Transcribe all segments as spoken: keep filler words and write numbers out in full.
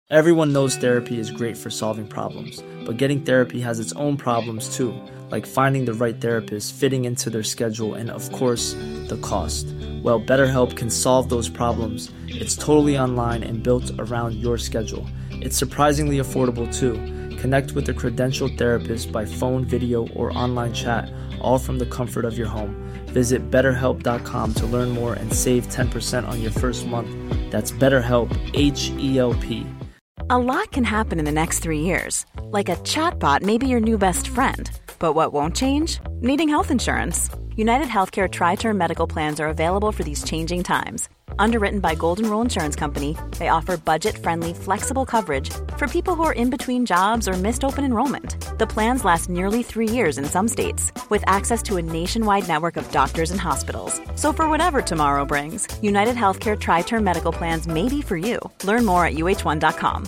Everyone knows therapy is great for solving problems, but getting therapy has its own problems too, like finding the right therapist, fitting into their schedule, and of course, the cost. Well, BetterHelp can solve those problems. It's totally online and built around your schedule. It's surprisingly affordable too. Connect with a credentialed therapist by phone, video, or online chat, all from the comfort of your home. Visit better help dot com to learn more and save ten percent on your first month. That's BetterHelp, H E L P. A lot can happen in the next three years. Like a chatbot may be your new best friend. But what won't change? Needing health insurance. United Healthcare Tri-Term Medical Plans are available for these changing times. Underwritten by Golden Rule Insurance Company, they offer budget-friendly, flexible coverage for people who are in between jobs or missed open enrollment. The plans last nearly three years in some states, with access to a nationwide network of doctors and hospitals. So for whatever tomorrow brings, United Healthcare Tri-Term Medical Plans may be for you. Learn more at U H one dot com.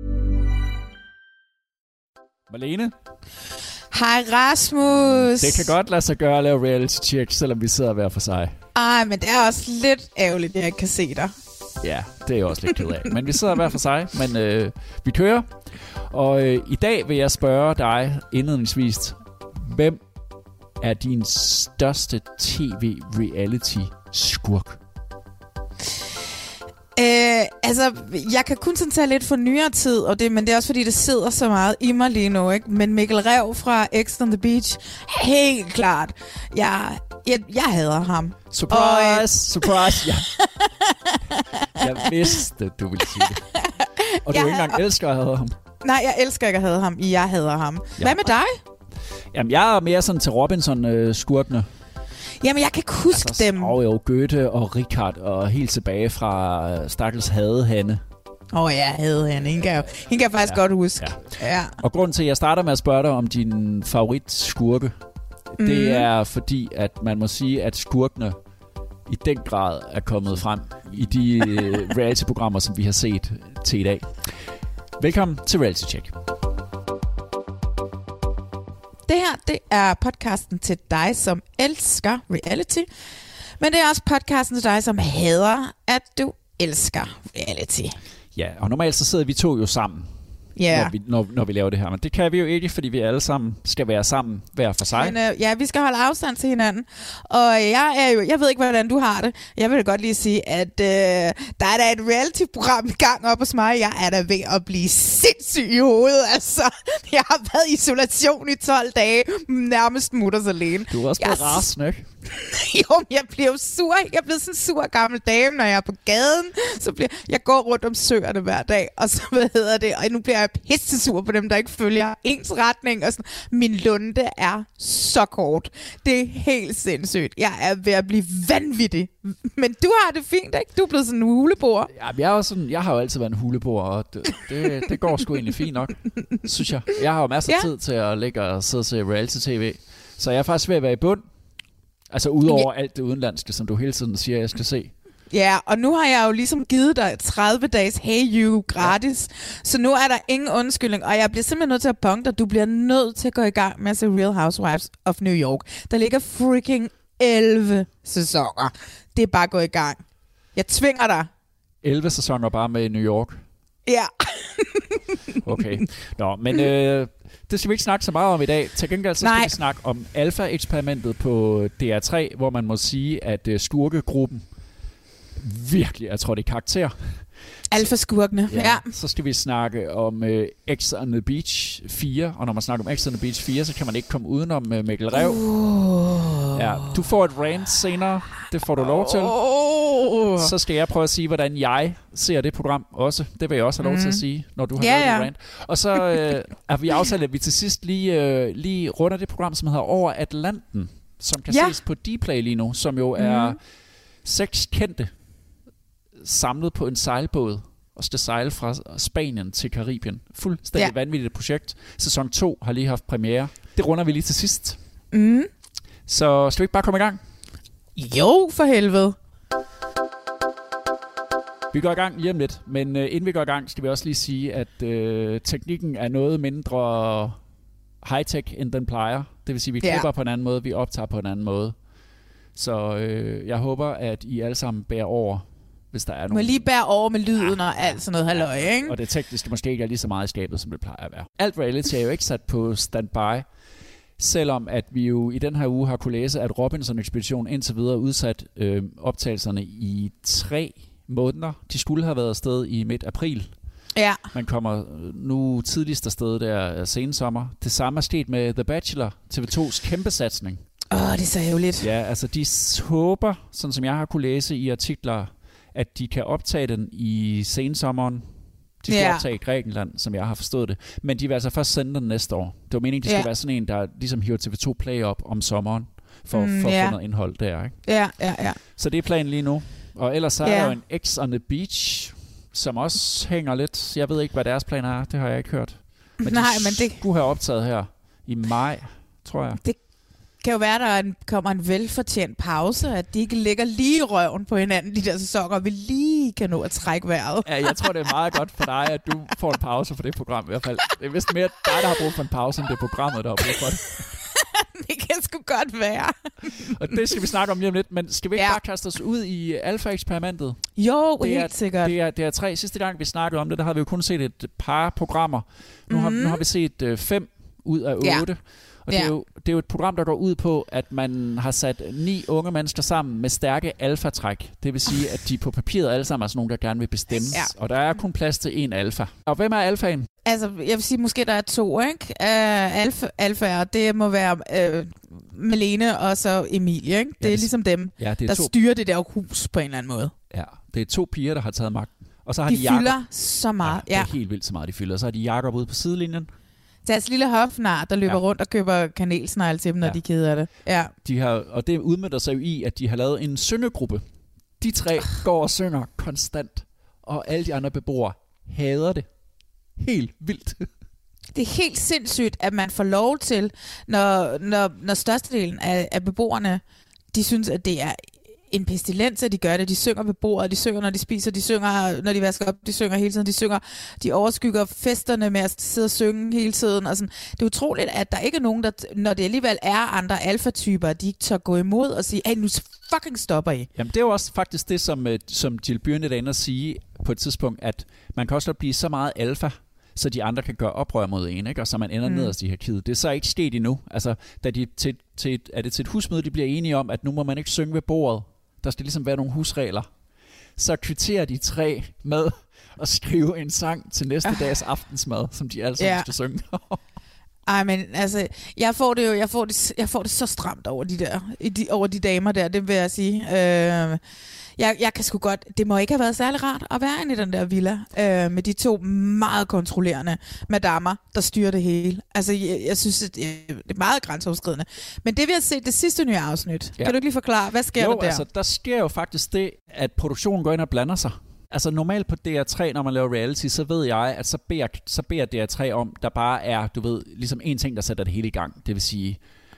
Malene? Hej Rasmus. Det kan godt lade sig gøre at lave reality check, selvom vi sidder hver for sig. Ej, men det er også lidt ærgerligt, at jeg ikke kan se dig. Ja, det er jeg også lidt ked af. Men vi sidder hver for sig, men øh, vi kører. Og øh, i dag vil jeg spørge dig indledningsvis, hvem er din største tv-reality-skurk? Øh, altså, jeg kan kun sådan tage lidt for nyere tid, og det, men det er også fordi, det sidder så meget i mig lige nu, ikke? Men Mikkel Rev fra X on the Beach, helt klart. Jeg, jeg, jeg hader ham. Surprise, og, øh... surprise, ja. Jeg vidste, du ville sige det. Og du jeg ikke engang havde... elsker at have ham. Nej, jeg elsker ikke at have ham. Jeg hader ham. Ja. Hvad med dig? Jamen, jeg er mere sådan til Robinson-skurkene. Jamen, jeg kan ikke huske altså, dem. Og jo, Goethe og Richard og helt tilbage fra Stakkels Hadehanne. Åh oh, ja, Hadehanne. Hende kan jeg, hende kan jeg faktisk ja, godt huske. Ja. Ja. Og grunden til, at jeg starter med at spørge dig om din favoritskurke, mm. det er fordi, at man må sige, at skurkene i den grad er kommet frem i de reality-programmer, som vi har set til i dag. Velkommen til Reality Check. Det her, det er podcasten til dig, som elsker reality. Men det er også podcasten til dig, som hader, at du elsker reality. Ja, og normalt så sidder vi to jo sammen, yeah. når, vi, når, når vi laver det her. Men det kan vi jo ikke, fordi vi alle sammen skal være sammen hver for sig. Men, øh, ja, vi skal holde afstand til hinanden. Og jeg er jo, jeg ved ikke, hvordan du har det. Jeg vil godt lige sige, at øh, der er der et reality-program i gang op hos mig. Jeg er da ved at blive sindssyg i hovedet. Altså, jeg har været i isolation i tolv dage, nærmest mutters alene. Du er også blevet rasende, ikke? Jo, jeg bliver jo sur. Jeg bliver sådan en sur gammel dame, når jeg er på gaden. Så bliver jeg går rundt om søerne hver dag, og så hvad hedder det? Og nu bliver jeg pissesur på dem, der ikke følger ens retning. Og sådan. Min lunde er så kort. Det er helt sindssygt. Jeg er ved at blive vanvittig. Men du har det fint, ikke? Du er blevet sådan en huleboer. Ja, jeg, er jo sådan, jeg har jo altid været en huleboer, og det, det, det går sgu egentlig fint nok, synes jeg. Jeg har jo masser af ja. tid til at ligge og sidde og se reality-tv. Så jeg er faktisk ved at være i bund. Altså udover ja. alt det udenlandske, som du hele tiden siger, jeg skal se. Ja, og nu har jeg jo ligesom givet dig tredive dages Hey You gratis. Ja. Så nu er der ingen undskyldning, og jeg bliver simpelthen nødt til at punkte, at du bliver nødt til at gå i gang med at se Real Housewives of New York. Der ligger freaking elleve sæsoner. Det er bare at gå i gang. Jeg tvinger dig. elleve sæsoner bare med i New York? Ja. Okay. Nå, men øh, det skal vi ikke snakke så meget om i dag. Til gengæld så skal Nej. vi snakke om Alpha-eksperimentet på D R tre, hvor man må sige, at øh, skurkegruppen virkelig er trådt i karakter. Alfa-skurkene, ja, ja. Så skal vi snakke om øh, X on the Beach fire, og når man snakker om X on the Beach fire, så kan man ikke komme udenom øh, Mikkel Rev. Uh. Ja, du får et rant senere, det får du lov til. Uh. Så skal jeg prøve at sige, hvordan jeg ser det program også. Det vil jeg også have lov mm. til at sige, når du har ja, lavet ja. et rant. Og så øh, er vi aftalt, at vi til sidst lige, øh, lige runder det program, som hedder Over Atlanten, som kan ja. ses på Dplay lige nu, som jo er mm. seks kendte samlet på en sejlbåd og skal sejle fra Spanien til Karibien. Fuldstændig ja. vanvittigt projekt. Sæson to har lige haft premiere. Det runder vi lige til sidst. Mm. Så skal vi ikke bare komme i gang? Jo, for helvede. Vi går i gang lige om lidt, men uh, inden vi går i gang, skal vi også lige sige, at uh, teknikken er noget mindre high-tech, end den plejer. Det vil sige, at vi klipper ja. på en anden måde, vi optager på en anden måde. Så uh, jeg håber, at I alle sammen bærer over hvis der er Må nogen. lige bære over med lyden ja, og alt sådan noget halløj, ikke? Og det tekniske måske ikke er lige så meget i skabet, som det plejer at være. Alt reality er jo ikke sat på standby, selvom at vi jo i den her uge har kunne læse, at Robinson-ekspeditionen indtil videre udsat øh, optagelserne i tre måneder. De skulle have været afsted i midt april. Ja. Man kommer nu tidligst afsted der sensommer. Det samme er sket med The Bachelor, T V to's kæmpe satsning. Åh, oh, det er så ærgerligt. Ja, altså de håber, sådan som jeg har kunne læse i artikler, at de kan optage den i sensommeren. De skal ja. optage i Grækenland, som jeg har forstået det. Men de vil altså først sende den næste år. Det var meningen, det skulle ja. være sådan en, der ligesom hiver T V to Play op om sommeren, for, mm, for at ja. få noget indhold der. Ikke? Ja, ja, ja. Så det er planen lige nu. Og ellers så er ja. der jo en X on the Beach, som også hænger lidt. Jeg ved ikke, hvad deres planer er. Det har jeg ikke hørt. Men Nej, de men det skulle have optaget her i maj, tror jeg. Det kan jo være, at der en, kommer en velfortjent pause, at de ikke ligger lige i røven på hinanden de der sæsoner, og vi lige kan nå at trække vejret. Ja, jeg tror, det er meget godt for dig, at du får en pause for det program i hvert fald. Det er vist mere dig, der har brug for en pause, end det programmet, der har brug for det. Det kan sgu godt være. Og det skal vi snakke om lige om lidt, men skal vi ikke ja. bare kaste os ud i alfa-eksperimentet? Jo, det helt er, sikkert. Det er, det er tre. Sidste gang, vi snakkede om det, der har vi jo kun set et par programmer. Nu, mm. har, nu har vi set uh, fem ud af otte. Ja. Og det, ja. er jo, det er jo et program, der går ud på, at man har sat ni unge mennesker sammen med stærke alfatræk. Det vil sige, at de på papiret alle sammen er sådan nogen, der gerne vil bestemmes. Ja. Og der er kun plads til en alfa. Og hvem er alfaen? Altså, jeg vil sige, måske der er to, ikke? Uh, alfa, alfaer, det må være uh, Malene og så Emilie, ikke? Det ja, er det, ligesom dem, ja, det er der to. styrer det der hus på en eller anden måde. Ja, det er to piger, der har taget magten. Og så har de, de fylder Jacob. så meget. Ja, det er ja. helt vildt så meget, de fylder. Og så har de Jacob ude på sidelinjen. Deres lille hofnar, der løber ja. rundt og køber kanelsnegle til dem, når ja. de keder det. Ja. De har, og det udmønter sig jo i, at de har lavet en syngegruppe. De tre går og synger konstant, og alle de andre beboere hader det. Helt vildt. Det er helt sindssygt, at man får lov til, når, når, når størstedelen af, af beboerne, de synes, at det er en pestilens, at de gør det. De synger ved bordet, de synger, når de spiser, de synger, når de vasker op, de synger hele tiden, de synger, de overskygger festerne med at sidde og synge hele tiden. Og sådan. Det er utroligt, at der ikke er nogen, der, når det alligevel er andre alfatyper, de ikke tør gå imod og sige, hey, nu fucking stopper I. Jamen, det er jo også faktisk det, som, som Jill Byrne ender at sige på et tidspunkt, at man kan også blive så meget alfa, så de andre kan gøre oprør mod en, ikke? Og så man ender mm. nederst i hierarkiet. Det er så ikke sket endnu. Altså, da de til, til, er det til et husmøde, de bliver enige om, at nu må man ikke synge ved bordet. Der skal ligesom være nogle husregler. Så kvitterer de tre med at skrive en sang til næste dags aftensmad, som de alle sammen ja. skal synge. Ej, men altså, jeg får det jo, jeg får det, jeg får det så stramt over de der, over de damer der, det vil jeg sige. Øh, jeg, jeg kan sgu godt, det må ikke have været særlig rart at være inde i den der villa, øh, med de to meget kontrollerende madammer, der styrer det hele. Altså, jeg, jeg synes, det er meget grænseoverskridende. Men det vi har set, det sidste nye afsnit, ja. kan du ikke lige forklare, hvad sker jo, der der? Altså, der sker jo faktisk det, at produktionen går ind og blander sig. Altså normalt på D R tre, når man laver reality, så ved jeg, at så beder, så beder D R tre om, der bare er, du ved, ligesom en ting, der sætter det hele i gang. Det vil sige,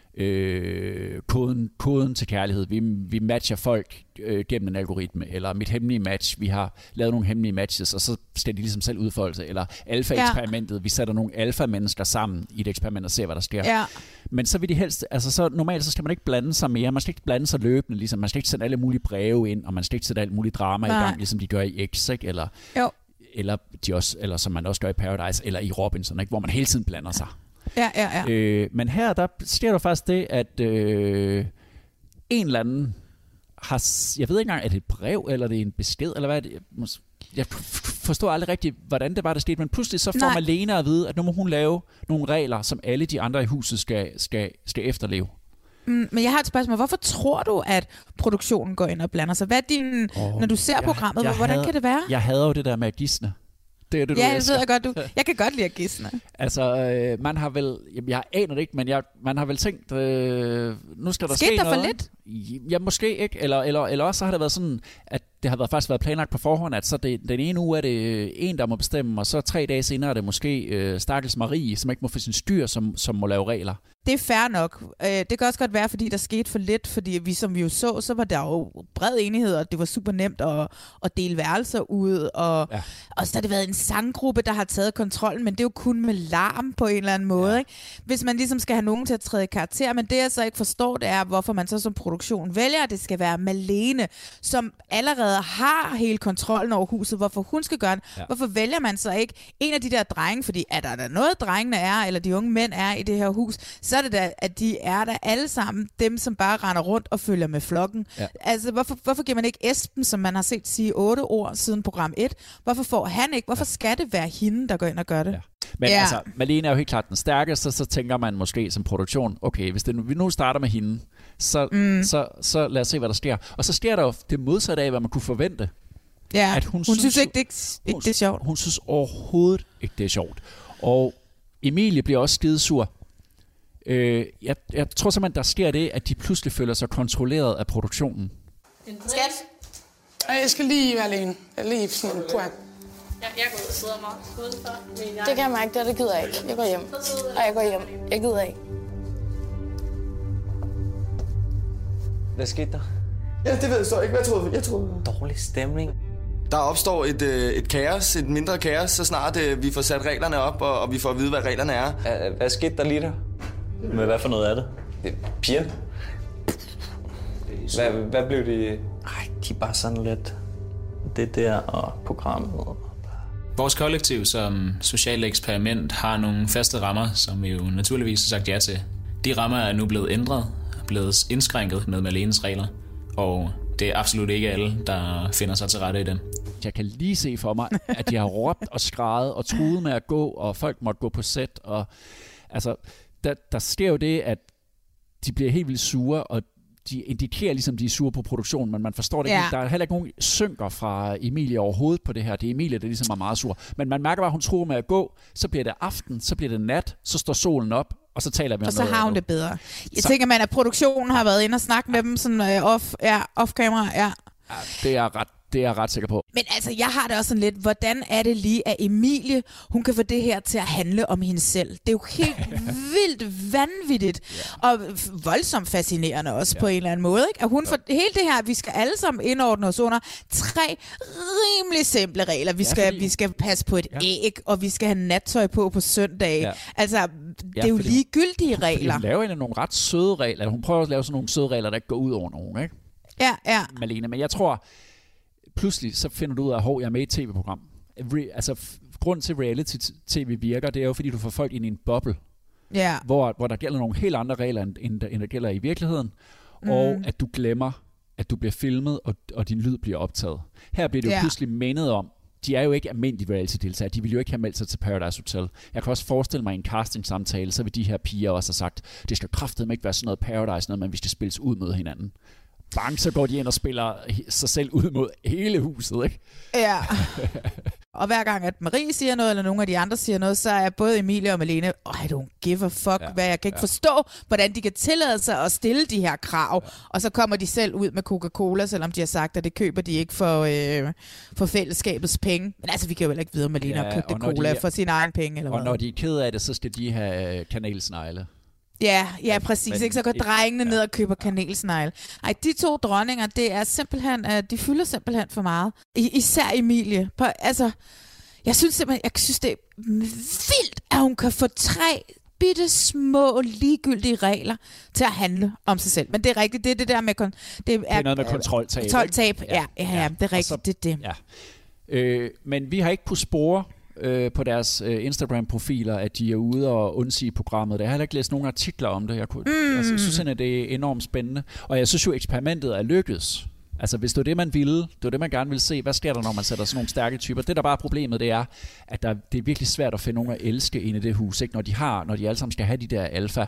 øh, koden, koden til kærlighed. Vi, vi matcher folk øh, gennem en algoritme, eller mit hemmelige match. Vi har lavet nogle hemmelige matches, og så skal de ligesom selv udfolde sig. Eller alfa-eksperimentet. Ja. Vi sætter nogle alfa-mennesker sammen i et eksperiment og ser, hvad der sker. Ja. Men så vil de helst, altså så normalt så skal man ikke blande sig mere. Man skal ikke blande sig løbende, ligesom. Man skal ikke sætte alle mulige breve ind, og man skal ikke sætte alt muligt drama Nej. i gang, ligesom de gør i X, ikke? Eller, jo. eller, de også, eller som man også gør i Paradise, eller i Robinson, ikke? Hvor man hele tiden blander sig. Ja, ja, ja. Øh, men her, der sker der faktisk det, at øh, en eller anden har, jeg ved ikke engang, er det et brev, eller er det en besked, eller hvad er det? Jeg forstår aldrig rigtigt, hvordan det var, der skete, men pludselig så får Nej. Malene at vide, at nu må hun lave nogle regler, som alle de andre i huset skal, skal, skal efterleve. Mm, men jeg har et spørgsmål. Hvorfor tror du, at produktionen går ind og blander sig? Hvad er din, oh, når du ser jeg, programmet, jeg hvordan hader, kan det være? Jeg hader jo det der med at gisne. Det er det, du ja, det ved jeg godt. Du. Jeg kan godt lide at gisne. Altså, øh, man har vel... Jamen, jeg aner det ikke, men jeg, man har vel tænkt... Øh, nu skal der Skete ske der noget. for lidt? Ja, måske ikke. Eller, eller, eller også så har det været sådan, at det har været, faktisk været planlagt på forhånd, at så det, den ene uge er det en, der må bestemme, og så tre dage senere er det måske øh, stakkels Marie, som ikke må få sin styr, som, som må lave regler. Det er fair nok. Det kan også godt være, fordi der skete for lidt, fordi vi, som vi jo så, så var der jo bred enighed, og det var super nemt at, at dele værelser ud, og, ja. og så har det været en sanggruppe, der har taget kontrollen, men det er jo kun med larm på en eller anden måde. Ja. Ikke? Hvis man ligesom skal have nogen til at træde i karakter, men det jeg så ikke forstår, det er, hvorfor man så som produktionen vælger, at det skal være Malene, som allerede har hele kontrollen over huset, hvorfor hun skal gøre det. Ja. Hvorfor vælger man så ikke en af de der drenge, fordi er der, der noget, drengene er, eller de unge mænd er i det her hus, så er det da, at de er der alle sammen, dem som bare render rundt og følger med flokken. Ja. Altså, hvorfor, hvorfor giver man ikke Esben, som man har set sige otte ord siden program et? Hvorfor får han ikke? Hvorfor skal det være hende, der går ind og gør det? Ja. Men ja. altså, Malene er jo helt klart den stærkeste, så tænker man måske som produktion, okay, hvis det nu, vi nu starter med hende, så, mm. så, så lad os se, hvad der sker. Og så sker der jo det modsatte af, hvad man kunne forvente. Ja, at hun, hun synes, synes ikke, det, ikke, ikke hun, det er sjovt. Hun synes overhovedet ikke, det er sjovt. Og Emilie bliver også skidesur. Øh, jeg, jeg tror simpelthen, der sker det, at de pludselig føler sig kontrolleret af produktionen. Skat? Jeg skal lige være alene. Jeg er lige sådan en point. Ja, jeg går ud og sidder mig udenfor. Det kan jeg mærke, det, det gider jeg ikke. Jeg går hjem. Og jeg går hjem. Jeg gider ikke. Hvad skete der? Ja, det ved jeg så ikke. Hvad troede du? Jeg troede... Dårlig stemning. Der opstår et, øh, et kaos, et mindre kaos, så snart øh, vi får sat reglerne op, og, og vi får at vide, hvad reglerne er. Hvad, hvad skete der lige der? Men hvad for noget er det? Det er pigerne. Hvad, hvad blev de... Ej, de er bare sådan lidt... Det der og programmet. Vores kollektiv som socialt eksperiment har nogle faste rammer, som vi jo naturligvis har sagt ja til. De rammer er nu blevet ændret, blevet indskrænket med Malenes regler, og det er absolut ikke alle, der finder sig til rette i dem. Jeg kan lige se for mig, at de har råbt og skreget og truet med at gå, og folk måtte gå på sæt. Og, altså, der, der sker jo det, at de bliver helt vildt sure, og de indikerer ligesom, de er sure på produktionen, men man forstår det ja. ikke. Der er heller ikke nogen synker fra Emilie overhovedet på det her. Det er Emilie, der ligesom er meget sur. Men man mærker bare, at hun tror med at gå. Så bliver det aften, så bliver det nat, så står solen op, og så taler vi om og noget. Og så har hun det bedre. Jeg så... tænker, man, at produktionen har været inde og snakke med dem sådan uh, off, ja, off-camera. Ja. Ja, det er ret Det er jeg ret sikker på. Men altså, jeg har det også sådan lidt, hvordan er det lige, at Emilie, hun kan få det her til at handle om hende selv? Det er jo helt vildt vanvittigt, yeah. og voldsomt fascinerende også yeah. på en eller anden måde. Ikke? At hun får hele det her, vi skal alle sammen indordne os under tre rimelig simple regler. Vi skal, ja, fordi... vi skal passe på et ja. æg, og vi skal have nattøj på på søndag. Ja. Altså, det ja, er jo ligegyldige hun, regler. Hun laver nogle ret søde regler. Hun prøver at lave sådan nogle søde regler, der ikke går ud over nogen, ikke? Ja, ja. Malene, men jeg tror... Pludselig så finder du ud af, at jeg er med i et tv-program. Re- altså, grund til reality-tv virker, det er jo, fordi du får folk ind i en boble, yeah. hvor, hvor der gælder nogle helt andre regler, end, end, der, end der gælder i virkeligheden, mm. og at du glemmer, at du bliver filmet, og, og din lyd bliver optaget. Her bliver du yeah. pludselig mindet om, de er jo ikke almindelige reality-deltagere, de vil jo ikke have meldt sig til Paradise Hotel. Jeg kan også forestille mig i en casting-samtale, så vil de her piger også have sagt, det skal kraftedeme ikke være sådan noget Paradise, noget, men vi skal spilles ud mod hinanden. Bang, så går de ind og spiller sig selv ud mod hele huset, ikke? Ja. Og hver gang, at Marie siger noget, eller nogle af de andre siger noget, så er både Emilie og Malene, I don't give a fuck, ja. hvad jeg kan ikke ja. forstå, hvordan de kan tillade sig at stille de her krav. Ja. Og så kommer de selv ud med Coca-Cola, selvom de har sagt, at det køber de ikke for, øh, for fællesskabets penge. Men altså, vi kan jo heller ikke vide, at Malene ja, har købt cola de, for sin egen penge. Eller og hvad. Når de er ked af det, så skal de have kanelsnegle. Ja, ja, præcis. Men, ikke? Så går drengene ja. ned og køber kanelsnegle. Ej, de to dronninger, det er simpelthen, uh, de fylder simpelthen for meget. I, især Emilie. På, altså, jeg synes simpelthen, jeg synes det er vildt, at hun kan få tre bitte små ligegyldige regler til at handle om sig selv. Men det er rigtigt, det er det der med... Kon- det, er, det er noget med kontroltab. Kontroltab, ja, ja, ja, ja, det er rigtigt, så, det er det. Ja. Øh, men vi har ikke kunnet spore øh, på deres øh, Instagram-profiler, at de er ude og undsige programmet. Jeg har heller ikke læst nogen artikler om det. Jeg, kunne, mm. altså, jeg synes, at det er enormt spændende. Og jeg synes jo, eksperimentet er lykkedes. Altså, hvis det er det, man ville, det er det, man gerne vil se, hvad sker der, når man sætter sådan nogle stærke typer? Det, der bare er problemet, det er, at der, det er virkelig svært at finde nogen at elske ind i det hus, ikke? Når de har, når de alle sammen skal have de der alfa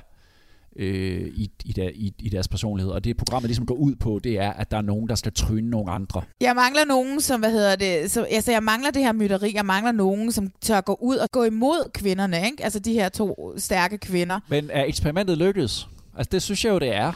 øh, i, i, der, i, i deres personlighed. Og det, programmet ligesom går ud på, det er, at der er nogen, der skal tryne nogle andre. Jeg mangler nogen, som, hvad hedder det, så, altså, jeg mangler det her mytteri, jeg mangler nogen, som tør gå ud og gå imod kvinderne, ikke? Altså, de her to stærke kvinder. Men er eksperimentet lykkedes? Altså, det synes jeg jo, det er.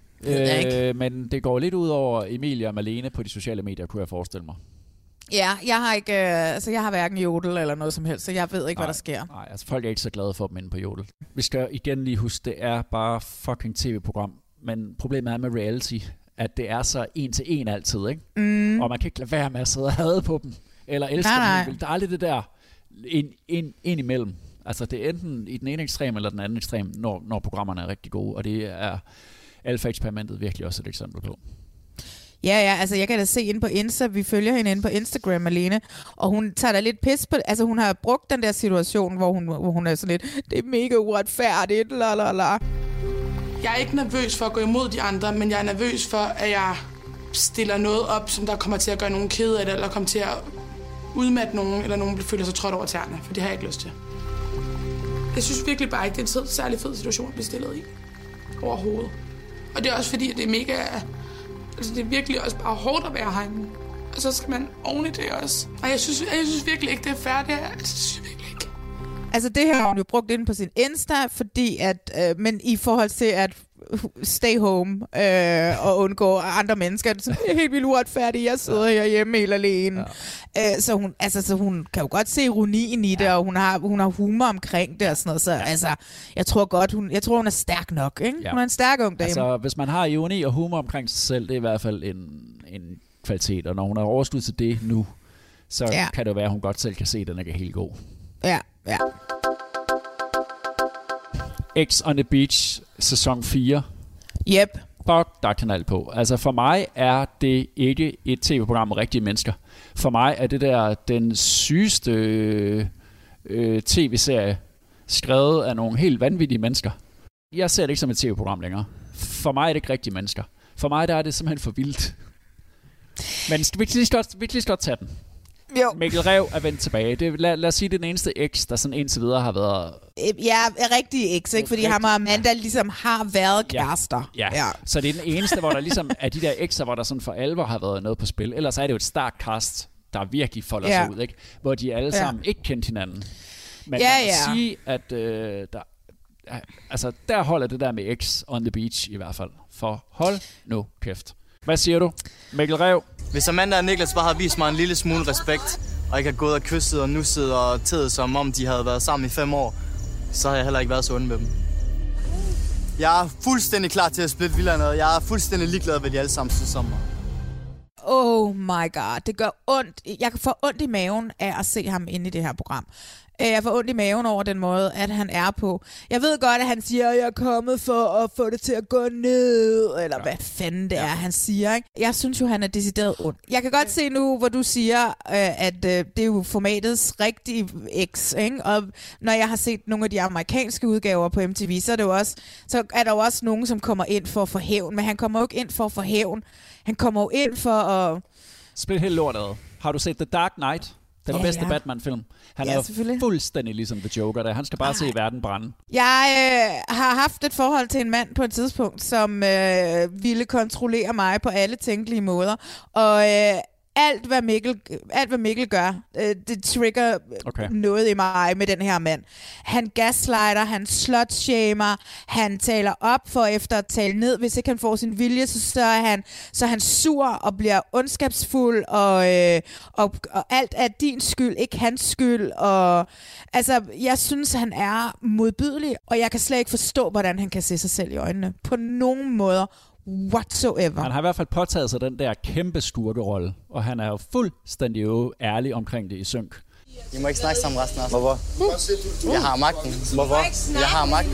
Øh, men det går lidt ud over Emilie og Malene på de sociale medier, kunne jeg forestille mig. Ja, jeg har ikke, øh, altså jeg har hverken Jodel eller noget som helst, så jeg ved ikke, nej, hvad der sker. Nej, altså folk er ikke så glade for dem inde på Jodel. Vi skal igen lige huske, det er bare fucking tv-program, men problemet er med reality, at det er så en til en altid, ikke? Mm. Og man kan ikke lade være med at sidde og hade på dem, eller elske nej, dem. Der er aldrig det der ind, ind, ind imellem. Altså det er enten i den ene ekstrem eller den anden ekstrem, når, når programmerne er rigtig gode, og det er Alpha-eksperimentet virkelig også et eksempel på. Ja, ja, altså jeg kan da se inde på Insta, vi følger hende inde på Instagram, Malene, og hun tager da lidt pis på, altså hun har brugt den der situation, hvor hun, hvor hun er sådan lidt, det er mega uretfærdigt, la la la. Jeg er ikke nervøs for at gå imod de andre, men jeg er nervøs for, at jeg stiller noget op, som der kommer til at gøre nogen kede af det, eller kommer til at udmatte nogen, eller nogen føler sig trådt over tæerne, for det har jeg ikke lyst til. Jeg synes virkelig bare ikke, det er en særlig fed situation at blive stillet i overhovedet. Og det er også fordi, at det er mega... Altså, det er virkelig også bare hårdt at være herinde. Og så skal man oven i det også. Og jeg synes, jeg synes virkelig ikke, det er færdigt. Jeg synes virkelig ikke. Altså, det her har hun jo brugt ind på sin Insta, fordi at... Øh, men i forhold til at stay home øh, og undgå andre mennesker, det er helt vildt uretfærdigt. Jeg sidder her hjemme helt alene. Ja. Øh, så, hun, altså, så hun kan jo godt se ironien i det, ja. Og hun har, hun har humor omkring det og sådan noget. Så ja. altså, jeg tror godt, hun, jeg tror, hun er stærk nok. Ikke? Ja. Hun er en stærk ung dame. Altså, hvis man har ironi og humor omkring sig selv, det er i hvert fald en, en kvalitet. Og når hun har overskud til det nu, så ja. kan det jo være, at hun godt selv kan se, at den er helt god. Ja, ja. X on the Beach, sæson fire. Yep. Fuck, der er knald på. Altså for mig er det ikke et tv-program med rigtige mennesker. For mig er det der den sygeste øh, tv-serie, skrevet af nogle helt vanvittige mennesker. Jeg ser det ikke som et tv-program længere. For mig er det ikke rigtige mennesker. For mig der er det simpelthen for vildt. Men vi kan lige godt, vi kan lige godt tage den. Jo. Mikkel Rev er vendt tilbage. Det, lad, lad os sige, det er den eneste X, der sådan indtil videre har været... Ja, rigtig X, ikke? Fordi ham og Amanda ligesom har været kærester. Ja. Ja. ja, så det er den eneste, hvor der ligesom er de der X'er, hvor der sådan for alvor har været noget på spil. Ellers er det jo et start cast, der virkelig folder ja. sig ud, ikke? Hvor de alle sammen ja. ikke kendte hinanden. Men ja, man kan ja. sige, at øh, der, altså, der holder det der med X on the Beach i hvert fald. For hold nu kæft. Hvad siger du, Mikkel Rev? Hvis Amanda og Niklas bare havde vist mig en lille smule respekt, og ikke har gået og kysset og nusset og tædet, som om de havde været sammen i fem år, så havde jeg heller ikke været så onde med dem. Jeg er fuldstændig klar til at splitte vilderne, og jeg er fuldstændig ligeglad, hvad de alle sammen synes om mig. Oh my god, det gør ondt. Jeg kan få ondt i maven af at se ham inde i det her program. Jeg får ondt i maven over den måde, at han er på. Jeg ved godt, at han siger, at jeg er kommet for at få det til at gå ned, eller ja. hvad fanden det er, ja. han siger. Ikke? Jeg synes jo, han er decideret ond. Jeg kan godt se nu, hvor du siger, at det er jo formatets rigtige X, ikke? Og når jeg har set nogle af de amerikanske udgaver på M T V, så er, det jo også, så er der jo også nogen, som kommer ind for at få hævn, men han kommer jo ikke ind for at få hævn. Han kommer jo ind for at... Spil helt lortet ad. Har du set The Dark Knight? Den ja, bedste ja. Batman-film. Han ja, er jo fuldstændig ligesom The Joker. Der. Han skal bare Ej. se verden brænde. Jeg øh, har haft et forhold til en mand på et tidspunkt, som øh, ville kontrollere mig på alle tænkelige måder. Og øh, alt, hvad Mikkel, alt, hvad Mikkel gør, øh, det trigger okay. noget i mig med den her mand. Han gaslighter, han slutshamer, han taler op for efter at tale ned. Hvis ikke han får sin vilje, så, så, er, han, så er han sur og bliver ondskabsfuld, og, øh, og, og alt er din skyld, ikke hans skyld. Og, altså, jeg synes, han er modbydelig, og jeg kan slet ikke forstå, hvordan han kan se sig selv i øjnene. På nogen måder. Whatsoever. Han har i hvert fald påtaget sig den der kæmpe skurkerolle, og han er jo fuldstændig jo ærlig omkring det i synk. I må ikke snakke sammen resten af. Hvorfor? Jeg har magten. Hvorfor? Jeg har magten.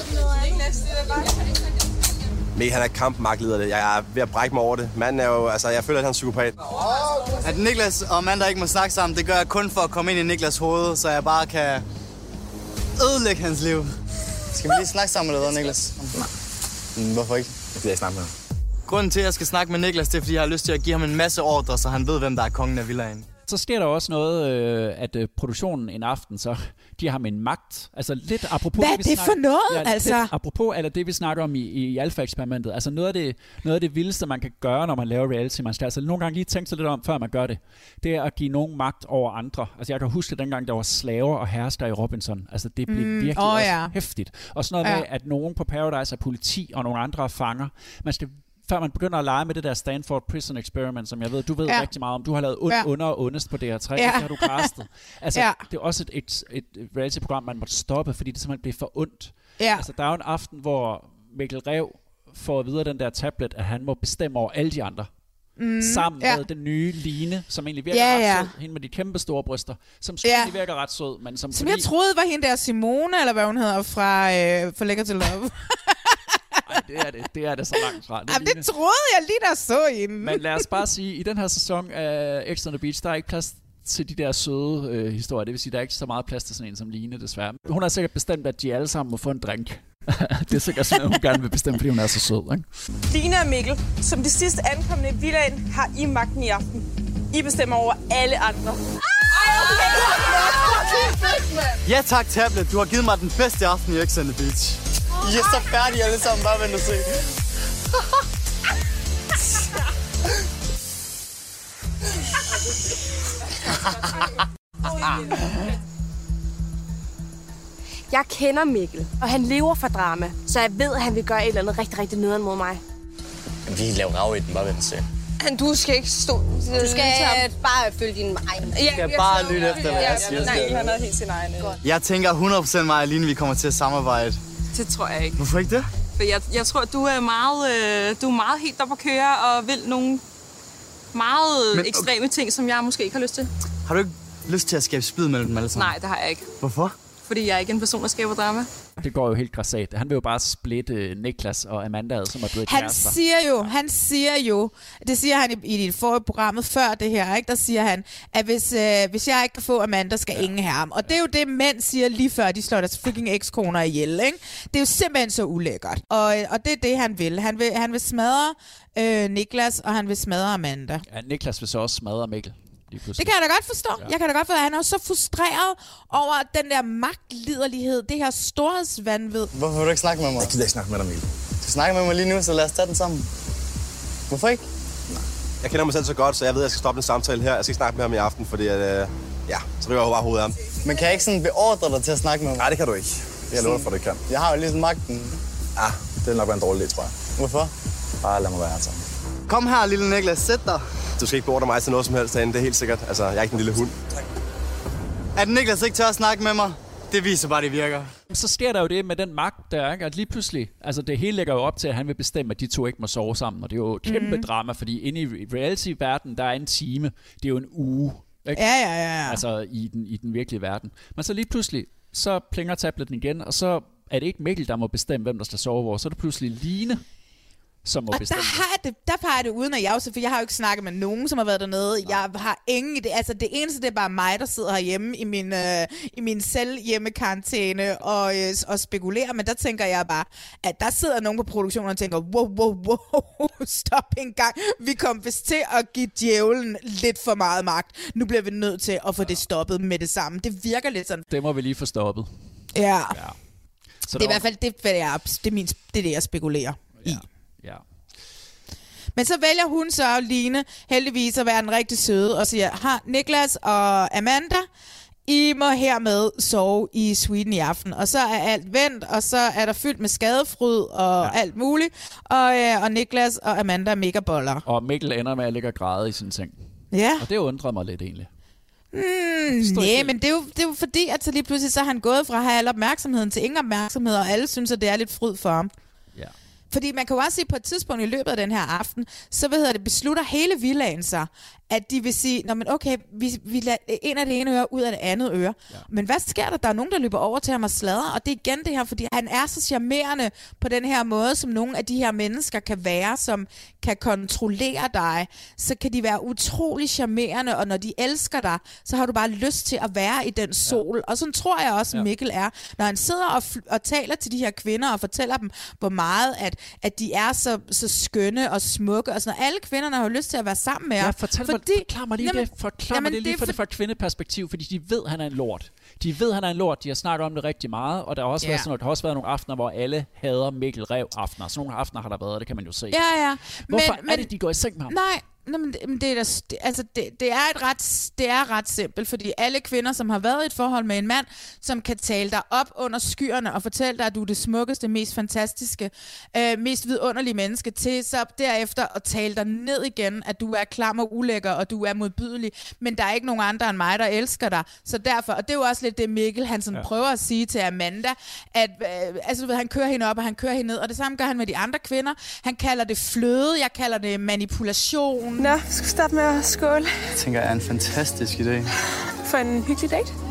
Mikkel, han er kampmagtleder. Jeg er ved at brække mig over det. Manden er jo, altså, jeg føler, at han er psykopat. At Niklas og Amanda ikke må snakke sammen, det gør jeg kun for at komme ind i Niklas hoved, så jeg bare kan ødelægge hans liv. Skal vi lige snakke sammen eller hvad, Niklas? Nej. Hvorfor ikke? Jeg gider ikke snakke med ham. Grunden til, at jeg skal snakke med Niklas, det er, fordi jeg har lyst til at give ham en masse ordre, så han ved, hvem der er kongen af villaen. Så sker der også noget, øh, at øh, produktionen en aften, så giver ham en magt. Altså lidt apropos... Hvad er det for noget, ja, altså? Lidt, apropos eller det, vi snakker om i, i Alpha-eksperimentet. Altså noget af, det, noget af det vildeste, man kan gøre, når man laver reality. Man skal altså nogle gange lige tænke sig lidt om, før man gør det. Det er at give nogen magt over andre. Altså jeg kan huske dengang, der var slaver og hersker i Robinson. Altså det blev mm, virkelig oh, også ja. hæftigt. Og sådan noget ja. med, at nogen på Paradise er politi, og nogle andre er fanger. Man skal... Før man begynder at lege med det der Stanford Prison Experiment, som jeg ved, du ved ja. rigtig meget om. Du har lavet und, ja. under og ondest på D R tre, ja. det har du castet. Altså, ja. det er også et, et, et reality-program, man måtte stoppe, fordi det simpelthen bliver for ondt. Ja. Altså, der er jo en aften, hvor Mikkel Rev får at vide af den der tablet, at han må bestemme over alle de andre. Mm, sammen ja. med den nye Line, som egentlig virker ja, ja. ret sød. Hende med de kæmpe store bryster, som ja. egentlig virker ret sød. Men som som fordi... jeg troede var hende der Simone, eller hvad hun hedder, fra, øh, fra Lækker til Love. Ej, det er det. Det er det så langt fra. Det, Jamen, det troede jeg lige, der så hende. Men lad os bare sige, i den her sæson af X on the Beach, der er ikke plads til de der søde øh, historier. Det vil sige, der er ikke så meget plads til sådan en som Line, desværre. Hun har sikkert bestemt, at de alle sammen må få en drink. Det er sikkert sådan, hun gerne vil bestemme, fordi hun er så sød, ikke? Line og Mikkel, som det sidste ankommende i villaen, har I magten i aften. I bestemmer over alle andre. Ja tak, Tablet. Du har givet mig den bedste aften i X on the Beach. I er så færdige alle sammen. Bare vent og se. Jeg kender Mikkel, og han lever for drama, så jeg ved, at han vil gøre et eller andet rigtig, rigtig nederen mod mig. Vi laver rav i den, bare vent og se. Du skal ikke stå... Du skal bare følge din egen. Du skal bare lytte efter, hvad jeg siger. Nej, han har helt sin egen. Jeg tænker hundrede procent mig og Line, vi kommer til at samarbejde. Det tror jeg ikke. Hvorfor ikke det? For jeg, jeg tror, du er meget, øh, du er meget helt op at køre og vil nogle meget Men, ekstreme ting, som jeg måske ikke har lyst til. Har du ikke lyst til at skabe splid mellem dem alle sammen? Nej, det har jeg ikke. Hvorfor? Fordi jeg er ikke en person, der skaber drama. Det går jo helt grassat. Han vil jo bare splitte Niklas og Amanda ad, som er blevet han kærester. Siger jo, han siger jo, det siger han i, i det forrige programmet før det her, ikke? Der siger han, at hvis, øh, hvis jeg ikke kan få Amanda, skal ja. ingen have ham. Og det er jo det, mænd siger lige før, de slår deres freaking ekskoner ihjel, ikke? Det er jo simpelthen så ulækkert. Og, og det er det, han vil. Han vil, han vil smadre øh, Niklas, og han vil smadre Amanda. Ja, Niklas vil så også smadre Mikkel. Det kan jeg da godt forstå. Ja. Jeg kan da godt forstå, at han er så frustreret over den der magtliderlighed, det her storhedsvanvid. Hvorfor vil du ikke snakke med mig? Jeg gider ikke snakke med dig, Mikkel. Du snakker med mig lige nu, så lad os tage den sammen. Hvorfor ikke? Nej. Jeg kender mig selv så godt, så jeg ved, at jeg skal stoppe den samtale her. Jeg skal ikke snakke med ham i aften, fordi at, øh, ja, så ryger jeg bare hovedet af ham. Men kan jeg ikke sådan beordre dig til at snakke med mig? Nej, det kan du ikke. Jeg lover for, at det kan. Jeg har jo ligesom magten. Ja, det vil nok være en dårlig idé, tror jeg. Hvorfor? Bare lad mig være her sammen. Kom her, lille Niklas. Sæt dig. Du skal ikke beordre mig til noget som helst derinde, det er helt sikkert. Altså, jeg er ikke en lille hund. At Niklas ikke tør at snakke med mig, det viser bare, det virker. Så sker der jo det med den magt der, ikke? At lige pludselig, altså det hele lægger jo op til, at han vil bestemme, at de to ikke må sove sammen. Og det er jo et kæmpe mm-hmm. drama, fordi inde i reality-verdenen, der er en time. Det er jo en uge. Ikke? Ja, ja, ja. Altså i den, i den virkelige verden. Men så lige pludselig, så plinger tabletten igen, og så er det ikke Mikkel, der må bestemme, hvem der skal sove hvor. Så er det pludselig Line, som må og bestemme. der har jeg det, der peger det uden, at jeg også, for jeg har jo ikke snakket med nogen, som har været dernede. Ja. Jeg har ingen idé. Altså det eneste, det er bare mig, der sidder herhjemme i min, øh, i min selvhjemmekarantæne og, øh, og spekulerer. Men der tænker jeg bare, at der sidder nogen på produktionen og tænker, wow, wow, wow, stop en gang. Vi kom vist til at give djævlen lidt for meget magt. Nu bliver vi nødt til at få det stoppet med det samme. Det virker lidt sådan. Det må vi lige få stoppet. Ja. ja. Så det er i hvert fald det, det, er, det, er min, det er det, jeg spekulerer ja. i. Ja. Men så vælger hun så, Line, heldigvis at være den rigtig søde og siger, har Niklas og Amanda, I må hermed sove i suiten i aften. Og så er alt vendt, og så er der fyldt med skadefryd og ja. alt muligt. Og, øh, og Niklas og Amanda er mega boller. Og Mikkel ender med at ligge og græde i sin seng. Ja. Og det undrer mig lidt egentlig. Mm, nej, men det er, jo, det er jo fordi, at så lige pludselig så har han gået fra at have al opmærksomheden til ingen opmærksomhed, og alle synes, at det er lidt fryd for ham. Ja. Fordi man kan jo også sige, på et tidspunkt i løbet af den her aften, så hvad hedder det, beslutter hele villaen sig, at de vil sige, nå men okay, vi, vi lader en af det ene øre ud af det andet øre. Ja. Men hvad sker der? Der er nogen, der løber over til ham og sladrer, og det er igen det her, fordi han er så charmerende på den her måde, som nogle af de her mennesker kan være, som kan kontrollere dig, så kan de være utrolig charmerende, og når de elsker dig, så har du bare lyst til at være i den sol. Ja. Og sådan tror jeg også, ja. Mikkel er, når han sidder og, og taler til de her kvinder og fortæller dem, hvor meget at, at de er så, så skønne og smukke, og sådan, og alle kvinderne har jo lyst til at være sammen med ja, ham. Fortæl fordi, mig, forklar mig lige jamen, det, forklar jamen, mig det lige det for, for det fra et kvindeperspektiv, fordi de ved, at han er en lort. De ved, at han er en lort, de har snakket om det rigtig meget, og der har også, yeah. været, sådan, der har også været nogle aftener, hvor alle hader Mikkel Rev aftener. Så nogle aftener har der været, det kan man jo se. Ja, ja. Hvorfor men, er det, de går i seng med ham? Nej, Nå, men det, det, er der, det, altså det, det, er et ret, det er ret simpelt, fordi alle kvinder, som har været i et forhold med en mand, som kan tale dig op under skyerne og fortælle dig, at du er det smukkeste, mest fantastiske, øh, mest vidunderlige menneske, til så derefter at tale dig ned igen, at du er klam og ulækker, og du er modbydelig, men der er ikke nogen andre end mig, der elsker dig. Så derfor, og det er jo også lidt det Mikkel, han sådan ja. prøver at sige til Amanda, at øh, altså, du ved, han kører hende op, og han kører hende ned, og det samme gør han med de andre kvinder. Han kalder det fløde, jeg kalder det manipulation. Nå, skal vi starte med at skåle? Jeg tænker, det er en fantastisk idé. For en hyggelig date? Skål.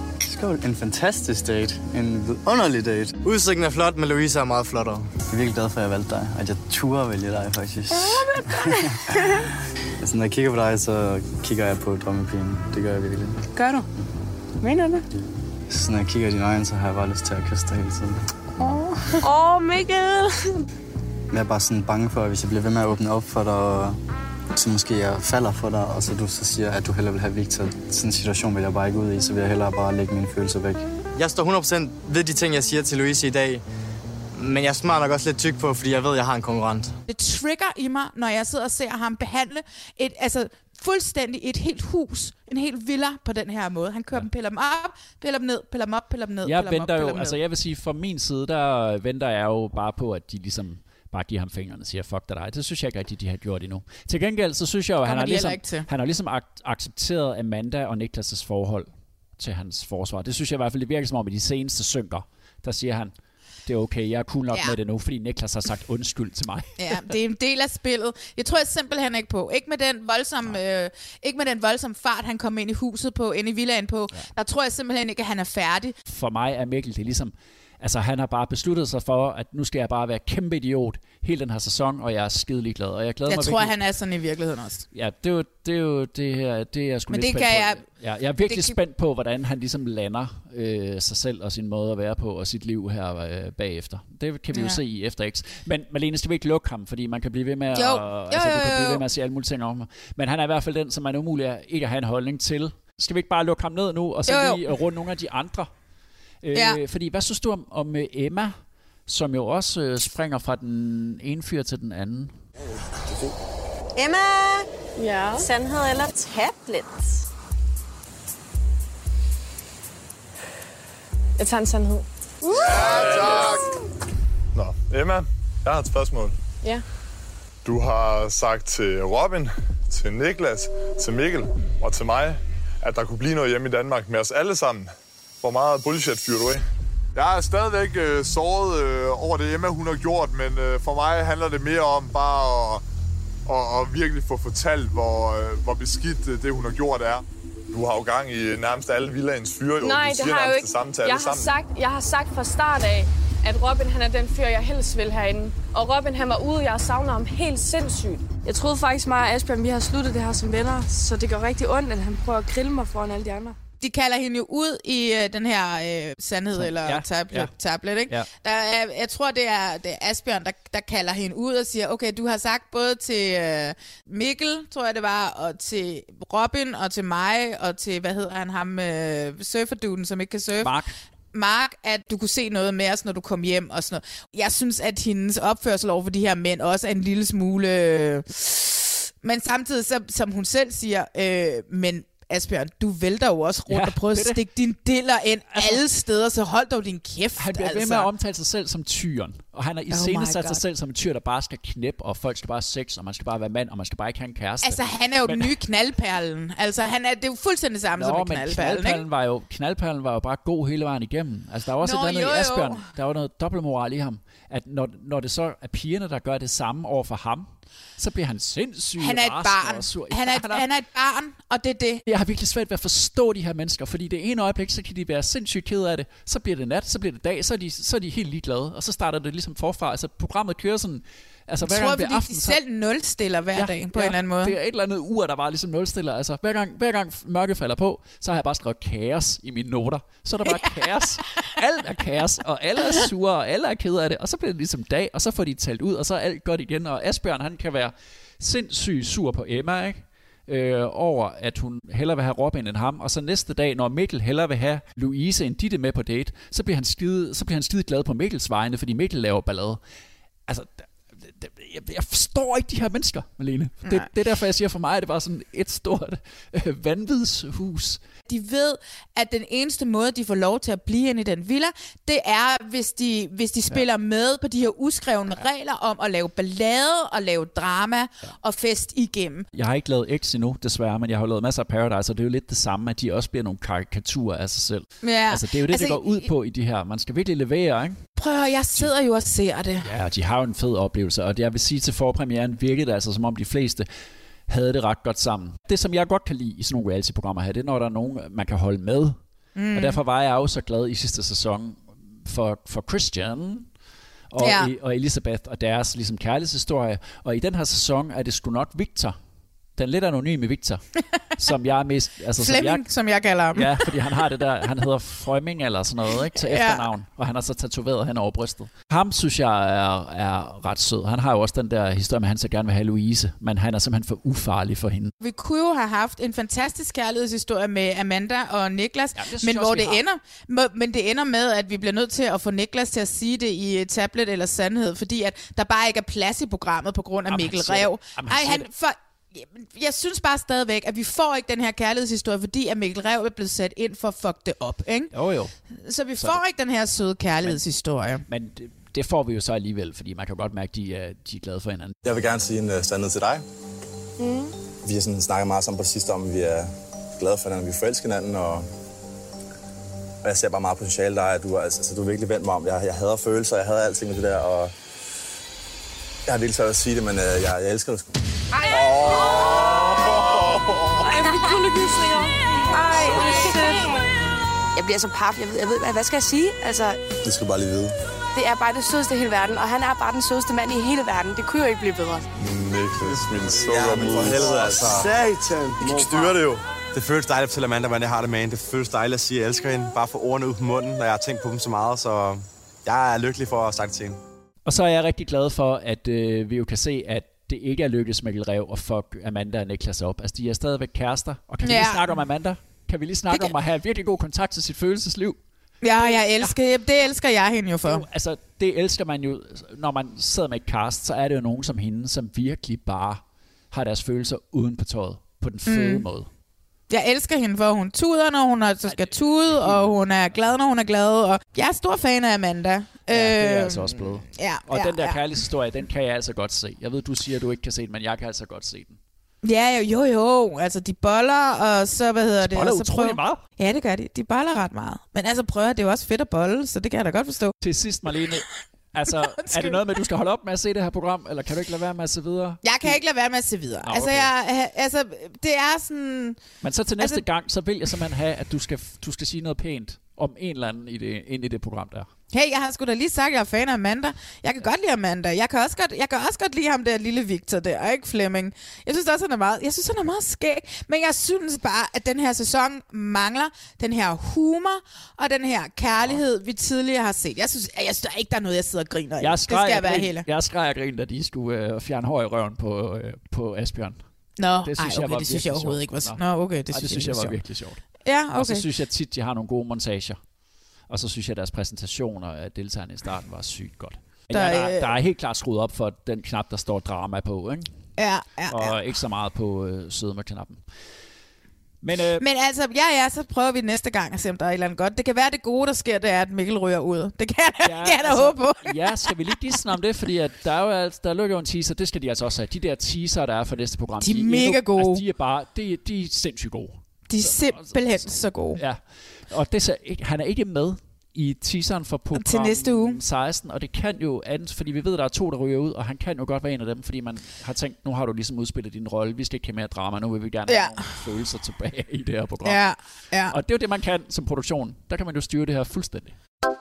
Det var en fantastisk date. En vidunderlig date. Udsigten er flot, men Louise er meget flottere. Jeg er virkelig glad for, at jeg valgte dig. At jeg turde vælge dig, faktisk. Altså, når jeg kigger på dig, så kigger jeg på drømmepigen. Det gør jeg virkelig. Gør du? Mener du det? Så når jeg kigger i dine øjne, så har jeg bare lyst til at kysse dig hele tiden. Åh, oh. oh, Mikkel! Jeg er bare sådan bange for, at hvis jeg bliver ved med at åbne op for dig, og så måske jeg falder for dig, og så du så siger, at du hellere vil have Victor. Sådan en situation vil jeg bare ikke ud i, så vil jeg hellere bare lægge mine følelser væk. Jeg står hundrede procent ved de ting, jeg siger til Louise i dag, men jeg smager nok også lidt tyk på, fordi jeg ved, at jeg har en konkurrent. Det trigger i mig, når jeg sidder og ser ham behandle et, altså fuldstændig et helt hus, en helt villa på den her måde. Han kører ja. dem, piller dem op, piller dem ned, piller dem op, piller dem ned, jeg piller venter dem op, jo, altså jeg vil sige, fra min side, der venter jeg jo bare på, at de ligesom bare giver ham fingrene og siger, fuck dig. Det synes jeg ikke rigtig, de har gjort endnu. Til gengæld, så synes jeg jo, at han har, ligesom, han har ligesom ak- accepteret Amanda og Niklas' forhold til hans forsvar. Det synes jeg i hvert fald, det virker som om, i de seneste synker, der siger han, det er okay, jeg er cool nok ja. med det nu, fordi Niklas har sagt undskyld til mig. Ja, det er en del af spillet. Jeg tror jeg simpelthen ikke på. Ikke med den voldsomme, øh, ikke med den voldsomme fart, han kom ind i huset på, ind i villaen på. Ja. Der tror jeg simpelthen ikke, at han er færdig. For mig er Mikkel, det er ligesom, altså han har bare besluttet sig for, at nu skal jeg bare være kæmpe idiot hele den her sæson, og jeg er skidelig glad. Og jeg glæder jeg mig tror, virkelig. Han er sådan i virkeligheden også. Ja, det er jo det, er jo det her, det er jeg sgu Men lidt det spændt kan på. jeg, ja, jeg er virkelig det spændt på, hvordan han ligesom lander øh, sig selv og sin måde at være på, og sit liv her øh, bagefter. Det kan vi ja. jo se i Efter X. Men Malene, skal vi ikke lukke ham, fordi man kan blive ved med at, jo. Og, altså, jo, jo, jo. du kan blive ved med at sige alle mulige ting om ham. Men han er i hvert fald den, som er umulig at ikke at have en holdning til. Skal vi ikke bare lukke ham ned nu, og så jo, jo. lige runde nogle af de andre? Øh, ja. Fordi hvad synes du om, om Emma, som jo også øh, springer fra den ene fyr til den anden? Emma! Ja? Sandhed eller tablet? Jeg tager en sandhed. Ja, tak! Nå, Emma, jeg har et spørgsmål. Ja. Du har sagt til Robin, til Niklas, til Mikkel og til mig, at der kunne blive noget hjemme i Danmark med os alle sammen. Hvor meget bullshit fyrer du af? Jeg er stadigvæk øh, såret øh, over det Emma, hun har gjort, men øh, for mig handler det mere om bare at, at, at virkelig få fortalt, hvor, øh, hvor beskidt øh, det, hun har gjort, er. Du har jo gang i nærmest alle villagens fyre, jo. Nej, du det siger har jeg jo ikke. Det samme til jeg, alle har sammen. sagt, jeg har sagt fra start af, at Robin han er den fyr, jeg helst vil herinde. Og Robin han var ude, jeg savner ham helt sindssygt. Jeg troede faktisk mig og Asbjørn, vi har sluttet det her som venner, så det går rigtig ondt, at han prøver at grille mig foran alle de andre. De kalder hende jo ud i øh, den her øh, sandhed så, eller ja, tablet, ja. tablet ikke? Ja. Der er, jeg tror, det er, det er Asbjørn, der, der kalder hende ud og siger, okay, du har sagt både til øh, Mikkel, tror jeg det var, og til Robin, og til mig, og til, hvad hedder han, ham øh, surferduden, som ikke kan surfe. Mark. Mark, at du kunne se noget med os, når du kom hjem og sådan noget. Jeg synes, at hendes opførsel over for de her mænd også er en lille smule... Øh, men samtidig, så, som hun selv siger, øh, men Asbjørn, du vælter jo også rundt ja, og prøver at stikke dine diller ind altså, alle steder, så hold dog din kæft. Han bliver altså. ved med at omtale sig selv som tyren, og han har i scene sat sig selv som en tyr, der bare skal knæppe, og folk skal bare have sex, og man skal bare være mand, og man skal bare ikke have en kæreste. Altså, han er jo men, den nye knaldperlen. Altså, han er, det er jo fuldstændig samme som med knaldperlen, knaldperlen var jo, knaldperlen var jo bare god hele vejen igennem. Altså, der var også Nå, et eller andet i Asbjørn. Der var noget dobbeltmoral i ham. At når, når det så er pigerne, der gør det samme over for ham, så bliver han sindssyg. Han er et barn. Han er et, han er et barn, og det er det. Jeg har virkelig svært ved at forstå de her mennesker, fordi det ene øjeblik, så kan de være sindssygt kede af det. Så bliver det nat, så bliver det dag, så er de, så er de helt ligeglade. Og så starter det ligesom forfra. Altså programmet kører sådan... Altså, hver jeg tror, gang fordi aften, de selv nulstiller hver ja, dag på ja, en eller anden måde. Det er et eller andet ur, der bare ligesom nulstiller. Altså, hver gang, hver gang mørke falder på, så har jeg bare skrevet kaos i mine noter. Så er der bare kaos. Alt er kaos, og alle er sure, og alle er kede af det. Og så bliver det ligesom dag, og så får de talt ud, og så er alt godt igen. Og Asbjørn, han kan være sindssygt sur på Emma, ikke? Øh, over at hun hellere vil have Robin end ham, og så næste dag, når Mikkel hellere vil have Louise end Ditte med på date, så bliver han skide, så bliver han skide glad på Mikkels vegne, fordi Mikkel laver ballade. Altså, jeg, jeg forstår ikke de her mennesker, Malene. Det, det er derfor, jeg siger, for mig, at det var sådan et stort øh, vanvidshus. De ved, at den eneste måde, de får lov til at blive inde i den villa, det er, hvis de, hvis de spiller ja. med på de her uskrevne ja. regler om at lave ballade og lave drama ja. og fest igennem. Jeg har ikke lavet X endnu, desværre, men jeg har lavet masser af Paradise, og det er jo lidt det samme, at de også bliver nogle karikaturer af sig selv. Ja. Altså, det er jo det, altså, det går ud på i de her. Man skal virkelig levere, ikke? Prøv at jeg sidder jo og ser det. Ja, og de har jo en fed oplevelse, og jeg vil sige, til forpremieren virkede det altså, som om de fleste havde det ret godt sammen. Det, som jeg godt kan lide i sådan nogle reality-programmer her, det er, når der er nogen, man kan holde med. Mm. Og derfor var jeg også så glad i sidste sæson for, for Christian og, ja. i, og Elisabeth og deres ligesom kærlighedshistorie. Og i den her sæson er det sgu nok Victor, den lidt anonyme Victor, som jeg er mest... Altså, Flemming, som jeg, som jeg kalder ham. Ja, fordi han har det der, han hedder Frømming eller sådan noget, ikke, til ja. efternavn, og han har så tatoveret hen over brystet. Ham synes jeg er, er ret sød. Han har jo også den der historie med, at han så gerne vil have Louise, men han er simpelthen for ufarlig for hende. Vi kunne jo have haft en fantastisk kærlighedshistorie med Amanda og Niklas, ja, men hvor det ender, men det ender med, at vi bliver nødt til at få Niklas til at sige det i tablet eller sandhed, fordi at der bare ikke er plads i programmet på grund af Jamen, Mikkel Rev. Ej, han for Jeg synes bare stadigvæk, at vi får ikke den her kærlighedshistorie, fordi at Mikkel Rev er blevet sat ind for at fuck det op, ikke? Jo, jo. Så vi så får det. ikke den her søde kærlighedshistorie. Men, men det, det får vi jo så alligevel, fordi man kan godt mærke, at de er, de er glade for hinanden. Jeg vil gerne sige en uh, sandhed til dig. Mm. Vi har sådan snakket meget sammen på det sidste om, at vi er glade for hinanden, vi forelsker hinanden, og, og jeg ser bare meget potentiale der, at du, altså, altså, du er virkelig vendt mig om. Jeg, jeg hader følelser, jeg hader alting med det der, og jeg har virkelig svært at sige det, men uh, jeg, jeg elsker det sgu. Ej, Ej, jeg fik kuldegysninger. Ej, hvor er det sødt. Jeg bliver så paf. Jeg ved, jeg ved, hvad skal jeg sige? Altså, det skal du bare lige vide. Det er bare det sødeste i hele verden, og han er bare den sødeste mand i hele verden. Det kunne jo ikke blive bedre. Niklas, min sukker. Ja, men for helvede, altså. Satan. Du kan styre det jo. Det føles dejligt til Amanda, hvordan jeg har det med hende. Det føles dejligt at sige, at jeg elsker hende. Bare få ordene ud på munden, når jeg har tænkt på dem så meget. Så jeg er lykkelig for at sagt til hende. Og så er jeg rigtig glad for, at øh, vi jo kan se, at det ikke er lykkedes Mikkel Rev at fuck Amanda og Niklas op. Altså, de er stadigvæk kærester. Og kan vi ja. lige snakke om Amanda? Kan vi lige snakke kan... om at have virkelig god kontakt til sit følelsesliv? Ja, jeg elsker, ja. det elsker jeg hende jo for. Jo, altså, det elsker man jo, når man sidder med et cast, så er det jo nogen som hende, som virkelig bare har deres følelser uden på tøjet, på den fede mm. måde. Jeg elsker hende, for hun tuder, når hun altså skal tude, og hun er glad, når hun er glad. Og jeg er stor fan af Amanda. Ja, det er jeg altså også blevet. Ja, og ja, den der ja. kærlighedshistorie, den kan jeg altså godt se. Jeg ved, du siger, at du ikke kan se den, men jeg kan altså godt se den. Ja, jo, jo. Altså, de boller, og så, hvad hedder de det? boller og så utrolig meget. Ja, det gør de. De boller ret meget. Men altså, prøv at det er jo også fedt at bolle, så det kan jeg da godt forstå. Til sidst, Marlene, altså, er det noget med, at du skal holde op med at se det her program, eller kan du ikke lade være med at se videre? Jeg kan ikke lade være med at se videre. Nå, altså, okay. jeg, altså, det er sådan... Men så til næste altså, gang, så vil jeg simpelthen have, at du skal, du skal sige noget pænt om en eller anden i det, ind i det program der. Hey, jeg har sgu da lige sagt, at jeg er fan af Amanda. Jeg kan ja. godt lide Amanda. Jeg kan også godt, jeg kan også godt lide ham der lille Victor der, ikke Flemming. Jeg synes også, han er meget, jeg synes, han er meget skæg. Men jeg synes bare, at den her sæson mangler den her humor og den her kærlighed, ja. vi tidligere har set. Jeg synes, jeg synes der er ikke, der er noget, jeg sidder og griner i. Jeg det skal jeg være grin, hele. Jeg skreg og grin, da de skulle øh, fjerne hår i røven på, øh, på Asbjørn. Nå, det synes, ej, okay, jeg, det synes jeg overhovedet ikke var. Nå, okay, det, Ej, synes, det synes jeg var sjovt. virkelig sjovt. Ja, okay. Og så synes jeg tit, de har nogle gode montager. Og så synes jeg, at deres præsentationer af deltagerne i starten var sygt godt. Der, ja, der, der er helt klart skruet op for den knap, der står drama på, ikke? Ja, ja, og ja. ikke så meget på øh, søde med knappen. Men, øh, Men altså, ja, ja, så prøver vi næste gang at se, om der er et eller andet godt. Det kan være, det gode, der sker, det er, at Mikkel ryger ud. Det kan jeg da, ja, kan jeg da altså, håbe på. Ja, skal vi lige gisne om det? Fordi at der er jo altså, der ligger jo en teaser, det skal de altså også have. De der teaser, der er for næste program. De er mega endnu, gode. Altså, de er bare, de, de er sindssygt gode. De er simpelthen så, så, så gode. Ja, og det så, han er ikke med i teaseren for program til næste uge seksten, og det kan jo andet, fordi vi ved, der er to, der ryger ud, og han kan jo godt være en af dem, fordi man har tænkt, nu har du ligesom udspillet din rolle, vi skal ikke have mere drama, nu vil vi gerne ja. have nogle følelser tilbage i det her program. Ja, ja. Og det er jo det, man kan som produktion. Der kan man jo styre det her fuldstændig.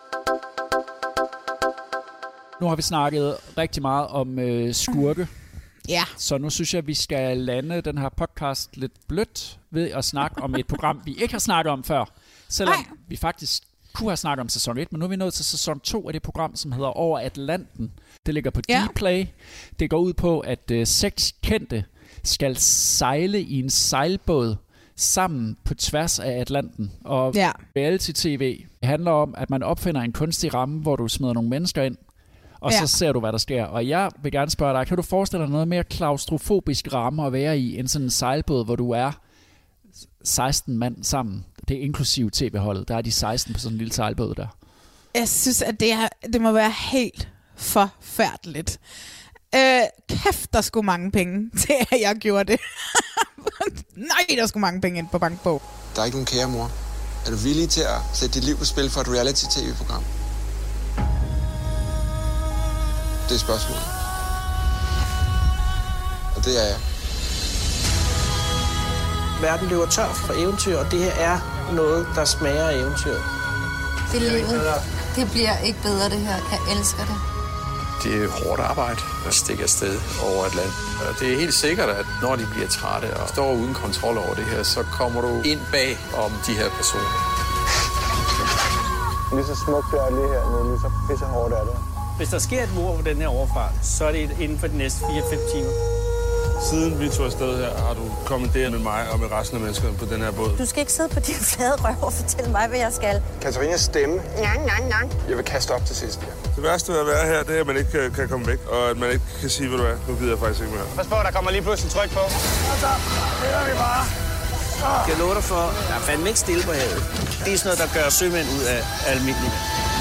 Nu har vi snakket rigtig meget om øh, skurke. Ja. Så nu synes jeg, vi skal lande den her podcast lidt blødt ved at snakke om et program, vi ikke har snakket om før. Selvom Ej. vi faktisk kunne have snakket om sæson et, men nu er vi nået til sæson to af det program, som hedder Over Atlanten. Det ligger på ja. Dplay. Det går ud på, at øh, seks kendte skal sejle i en sejlbåd sammen på tværs af Atlanten. Og ja. reality-tv handler om, at man opfinder en kunstig ramme, hvor du smider nogle mennesker ind, og ja. så ser du, hvad der sker. Og jeg vil gerne spørge dig, kan du forestille dig noget mere klaustrofobisk ramme at være i, end sådan en sejlbåd, hvor du er seksten mand sammen? Det er inklusive tv-holdet. Der er de seksten på sådan en lille sejlbåd der. Jeg synes, at det, er, det må være helt forfærdeligt. Øh, kæft, der skulle mange penge til, at jeg gjorde det. Nej, der skulle mange penge ind på bankbog. Der er ikke nogen kære mor. Er du villig til at sætte dit liv på spil for et reality-tv-program? Det er spørgsmålet. Og det er jeg. Verden løber tør for eventyr, og det her er noget, der smager af eventyr. Det er livet. Det bliver ikke bedre, det her. Jeg elsker det. Det er hårdt arbejde at stikke afsted over et land. Og det er helt sikkert, at når de bliver trætte og står uden kontrol over det her, så kommer du ind bag om de her personer. Lige så smukt det er lige her, lige så pisse hårdt er det. Hvis der sker et mord på den her overfart, så er det inden for de næste fire til fem timer. Siden vi tog afsted her, har du kommanderet med mig og med resten af menneskerne på den her båd. Du skal ikke sidde på din flade røv og fortælle mig, hvad jeg skal. Katarinas stemme. Nej, nej, nej. Jeg vil kaste op til sidst. Ja. Det værste ved at være her, det er, at man ikke kan, kan komme væk, og at man ikke kan sige, hvad du er. Nu gider jeg faktisk ikke mere. Pas på, der kommer lige pludselig tryk på. Og så hører vi bare. Jeg kan love dig for, der er fandme ikke stille på havet. Det er sådan noget, der gør sømænd ud af almindelige.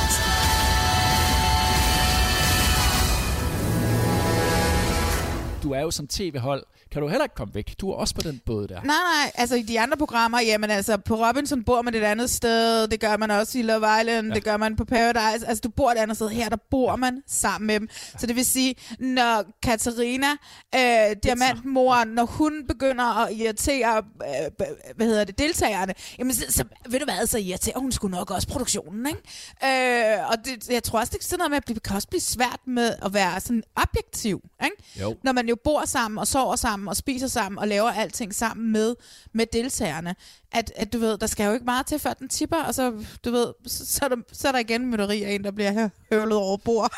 Du er jo som tv-hold. Kan du heller ikke komme væk? Du er også på den båd der. Nej, nej. Altså i de andre programmer, jamen altså på Robinson bor man et andet sted. Det gør man også i Love Island. Ja. Det gør man på Paradise. Altså du bor et andet sted. Her der bor man sammen med dem. Så det vil sige, når Katarina, øh, diamantmoren, når hun begynder at irritere, øh, hvad hedder det, deltagerne, jamen så, så ved du hvad, så irriterer hun skulle nok også produktionen, ikke? Øh, og det, jeg tror også, det er sådan noget med, at det kan også blive svært med at være sådan objektiv, ikke? Jo. Når man jo bor sammen og sover sammen og spiser sammen og laver alting sammen med, med deltagerne. At, at du ved, der skal jo ikke meget til, før den tipper, og så, du ved, så, så, er, der, så er der igen mytteri af en, der bliver høvlet over bord.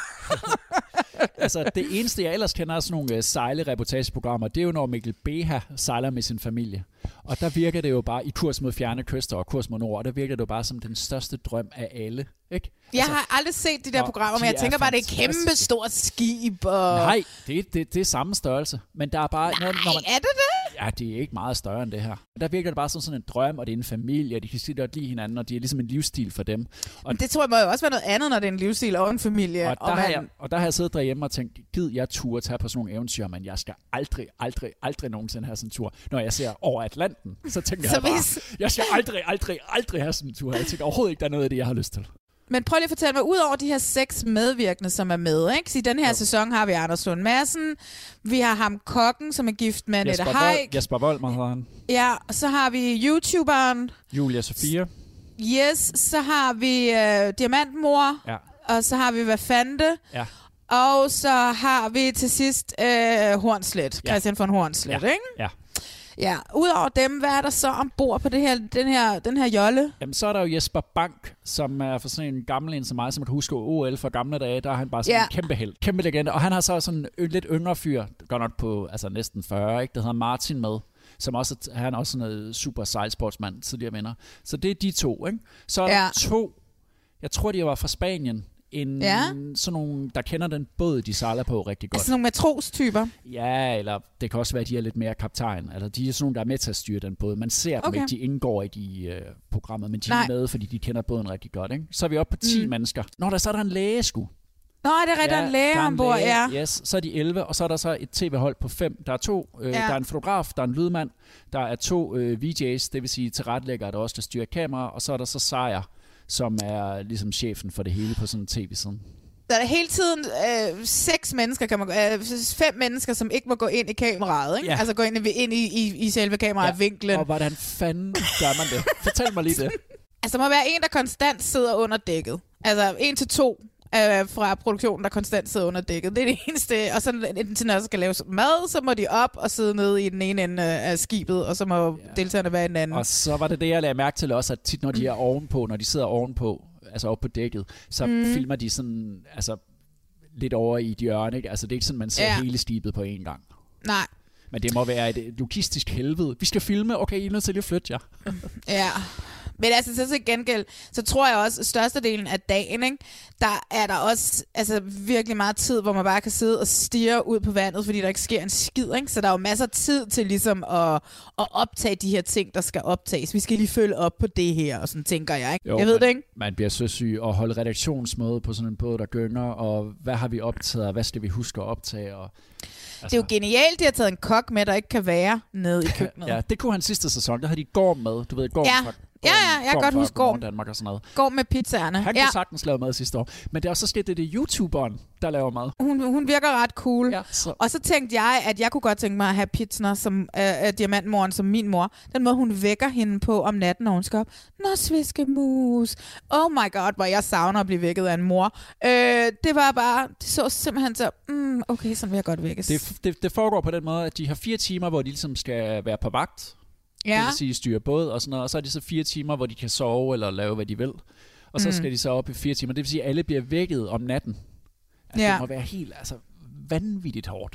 Altså, det eneste, jeg ellers kender af sådan nogle uh, sejle reportageprogrammer, det er jo, når Mikkel Beha sejler med sin familie. Og der virker det jo bare i Kurs mod fjerne kyster og Kurs mod nord, og der virker det jo bare som den største drøm af alle, ikke? Jeg altså, har aldrig set de der programmer, men jeg tænker bare, det er et kæmpe stort skib. Og... Nej, det, det, det er samme størrelse. Men der er bare... Nej, når, når man... er det det? Ja, det er ikke meget større end det her. Der virker det bare som sådan en drøm, og det er en familie, og de kan sige godt lide hinanden, og det er ligesom en livsstil for dem. Og det tror jeg må jo også være noget andet, når det er en livsstil og en familie. Og, og, der, har jeg, og der har jeg siddet derhjemme og tænkt, gid jeg turde tage på sådan nogle eventyr, men jeg skal aldrig, aldrig, aldrig nogensinde have sådan en tur. Når jeg ser over Atlanten, så tænker så jeg bare, hvis... jeg skal aldrig, aldrig, aldrig have sådan en tur. Jeg tænker overhovedet ikke, der er noget af det, jeg har lyst til. Men prøv lige at fortælle mig, ud over de her seks medvirkende, som er med, ikke? Så i den her jo. sæson har vi Anders Lund Madsen, vi har ham kokken, som er gift med Annette Haik. Jesper Voldmar hedder han. Ja, og så har vi YouTuberen. Julia Sofia. Yes, så har vi uh, Diamantmor. Ja. Og så har vi Vafante. Ja. Og så har vi til sidst uh, Hornslet. Ja. Christian von Hornslet, ja. ikke? Ja. Ja, udover dem, hvad er der så ombord på det her, den, her, den her jolle? Jamen, så er der jo Jesper Bank, som er for sådan en gammel en som mig, som kan huske O L fra gamle dage. Der er han bare sådan ja. en kæmpe held, kæmpe legende. Og han har så sådan en lidt yngre fyr, godt nok på altså næsten fyrre, ikke? Der hedder Martin med, som også han er også sådan en super sejlsportsmand, tidligere venner. Så det er de to, ikke? Så er der ja. to, jeg tror, de var fra Spanien. En, ja. Sådan nogle, der kender den båd, de sejler på rigtig godt. Altså nogle matrostyper? Ja, eller det kan også være, at de er lidt mere kaptajn. Altså, de er sådan nogle, der er med til at styre den båd. Man ser okay. dem ikke, de indgår i de øh, programmer, men de Nej. er med, fordi de kender båden rigtig godt. Ikke? Så er vi oppe på ti mm. mennesker. Nå, der så er der en læge, sgu. Nå, det er rigtig ja, en læge ombord, ja. Yes, så er de elleve, og så er der så et tv-hold på fem. Der er to. Øh, ja. Der er en fotograf, der er en lydmand, der er to øh, V J's, det vil sige tilrettelæggere, der også der styrer kamera, og så er der så Sejer, som er ligesom chefen for det hele på sådan en tv-siden. Der er hele tiden øh, seks mennesker, kan man, øh, fem mennesker, som ikke må gå ind i kameraet, ikke? Ja. Altså gå ind i, ind i, i, i selve kameravinklen. Ja. Og hvordan fanden gør man det? Fortæl mig lige det. Altså der må være en, der konstant sidder under dækket. Altså en til to øh, fra produktionen, der konstant sidder under dækket. Det er det eneste. Og så indtil når der skal laves mad, så må de op og sidde nede i den ene ende af skibet, og så må ja. deltagerne være i den anden. Og så var det det, jeg lagde mærke til også, at tit når de er ovenpå, når de sidder ovenpå, altså oppe på dækket, så mm. filmer de sådan, altså lidt over i et hjørne, ikke? Altså det er ikke sådan, man ser ja. hele skibet på én gang. Nej. Men det må være et logistisk helvede. Vi skal filme, okay, I er nødt til at flytte jer. Ja. Men altså, så til gengæld, så tror jeg også, at størstedelen af dagen, ikke, der er der også altså, virkelig meget tid, hvor man bare kan sidde og stirre ud på vandet, fordi der ikke sker en skid, ikke? Så der er jo masser af tid til ligesom at, at optage de her ting, der skal optages. Vi skal lige følge op på det her, og sådan tænker jeg, ikke? Jo, jeg ved man, det, ikke? Man bliver søsyg og holde redaktionsmøde på sådan en båd, der gynger, og hvad har vi optaget, og hvad skal vi huske at optage, og altså. Det er jo genialt, de har taget en kok med, der ikke kan være nede i køkkenet. Ja, det kunne han sidste sæson. Der havde de Gorm med. Du ved, Gorm ja. fra Ja, ja, jeg kan godt huske Gorm. Danmark og sådan noget. Gorm med pizzaerne. Han ja. kunne sagtens lave mad sidste år. Men det er også så sket, det er det YouTuberen, der laver mad. Hun, hun virker ret cool. Ja, så. Og så tænkte jeg, at jeg kunne godt tænke mig at have Pitsner som øh, diamantmoren, som min mor. Den måde, hun vækker hende på om natten, når hun skal op. Nå, sviskemus. Oh my god, hvor jeg savner at blive vækket af en mor. Øh, det var bare, det så simpelthen så, mm, okay, sådan vil jeg godt vækkes. Det, det, det foregår på den måde, at de har fire timer, hvor de ligesom skal være på vagt. Ja. Det vil sige styre båd og sådan noget. Og så er det så fire timer, hvor de kan sove eller lave, hvad de vil. Og så mm. skal de så op i fire timer. Det vil sige, at alle bliver vækket om natten. Altså, ja. Det må være helt altså, vanvittigt hårdt.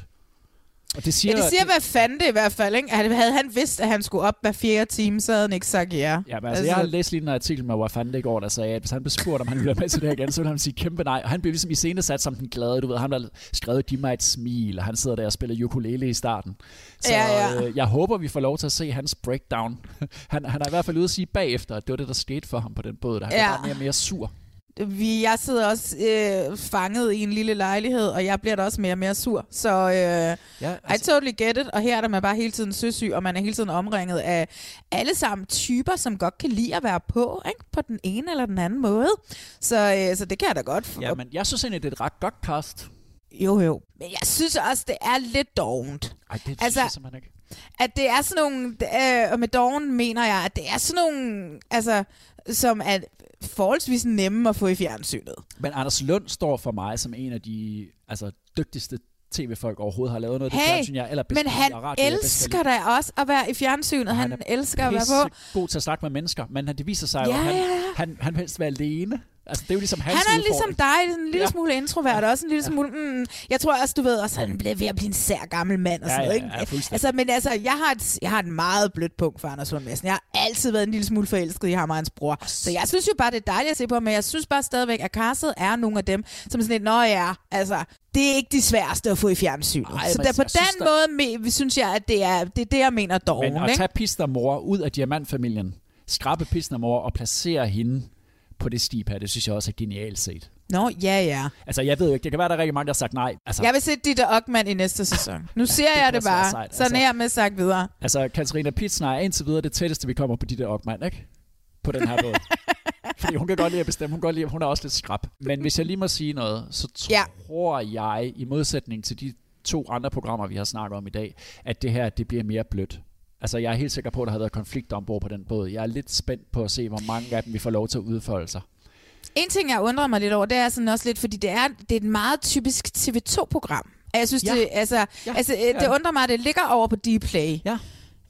Og det siger, ja, det siger det, hvad fanden det i hvert fald, ikke? Havde han vidst, at han skulle op hver fjerde time, så havde han ikke sagt ja. Ja, men altså, altså jeg har læst lige en artikel med, hvor fanden det går, der sagde, at hvis han blev spurgt, om han ville være med til det her igen, så ville han sige kæmpe nej. Og han blev ligesom iscenesat som den glade, du ved, han der skrevet, giv mig et smil, og han sidder der og spiller ukulele i starten. Så ja, ja. Øh, jeg håber, vi får lov til at se hans breakdown. han, han er i hvert fald ude at sige bagefter, at det var det, der skete for ham på den båd, der han ja. var mere og mere sur. Vi, jeg sidder også øh, fanget i en lille lejlighed, og jeg bliver da også mere og mere sur. Så øh, ja, altså. I totally get it. Og her er der man bare hele tiden søsyg, og man er hele tiden omringet af alle sammen typer, som godt kan lide at være på, ikke? På den ene eller den anden måde. Så, øh, så det kan jeg da godt. Ja, men jeg synes egentlig, det er et ret godt cast. Jo, jo. Men jeg synes også, det er lidt dovent. Ej, det altså, synes jeg simpelthen ikke. At det er sådan nogle, øh, og med doven mener jeg, at det er sådan nogle, altså, som er forholdsvis nemme at få i fjernsynet. Men Anders Lund står for mig som en af de altså, dygtigste tv-folk overhovedet har lavet noget af hey, det fjernsyn, jeg eller men han radio, elsker da også at være i fjernsynet. Han, han elsker at være på. God til at snakke med mennesker, men det viser sig ja, jo, at han, ja, ja. han, han vil helst være alene. Altså, det er jo ligesom hans han er udfordring. ligesom dig, en lille ja. smule introvert, også en lille ja. smule, mm, jeg tror også, du ved, også han bliver ved at blive en sær gammel mand og sådan ja, noget, ja, ikke? Ja, altså, men altså, jeg har, et, jeg har et meget blødt punkt for Anders Lund Madsen. Jeg har altid været en lille smule forelsket i ham og hans bror. Så jeg synes jo bare, det er dejligt at se på, men jeg synes bare stadigvæk, at castet er nogle af dem, som sådan et, nå ja, altså, det er ikke de sværeste at få i fjernsynet. Ej, så der, på den synes, måde, der... synes jeg, at det er det, er det jeg mener doven. Men at tage Pitsner-mor ud af diamantfamilien, skrabe Pitsner-mor og placere hende på det stip her, det synes jeg også er genialt set. Nå, ja, ja. Altså, jeg ved jo ikke, det kan være, der er rigtig mange, der har sagt nej. Altså, jeg vil se Ditte Okman i næste sæson. Nu siger jeg det bare. Sådan altså, her med sagt videre. Altså, Katarina Pitsner er indtil videre det tætteste, vi kommer på Ditte Okman, ikke? På den her båd. Fordi hun kan godt lide at bestemme, hun kan godt lide, hun er også lidt skrap. Men hvis jeg lige må sige noget, så tror ja. jeg, i modsætning til de to andre programmer, vi har snakket om i dag, at det her, det bliver mere blødt. Altså, jeg er helt sikker på, at der har været konflikter ombord på den båd. Jeg er lidt spændt på at se, hvor mange af dem vi får lov til at udfolde sig. En ting, jeg undrer mig lidt over, det er sådan også lidt, fordi det er, det er et meget typisk T V to-program. Jeg synes, ja. det, altså, ja. altså, det ja. undrer mig, at det ligger over på Dplay. Ja.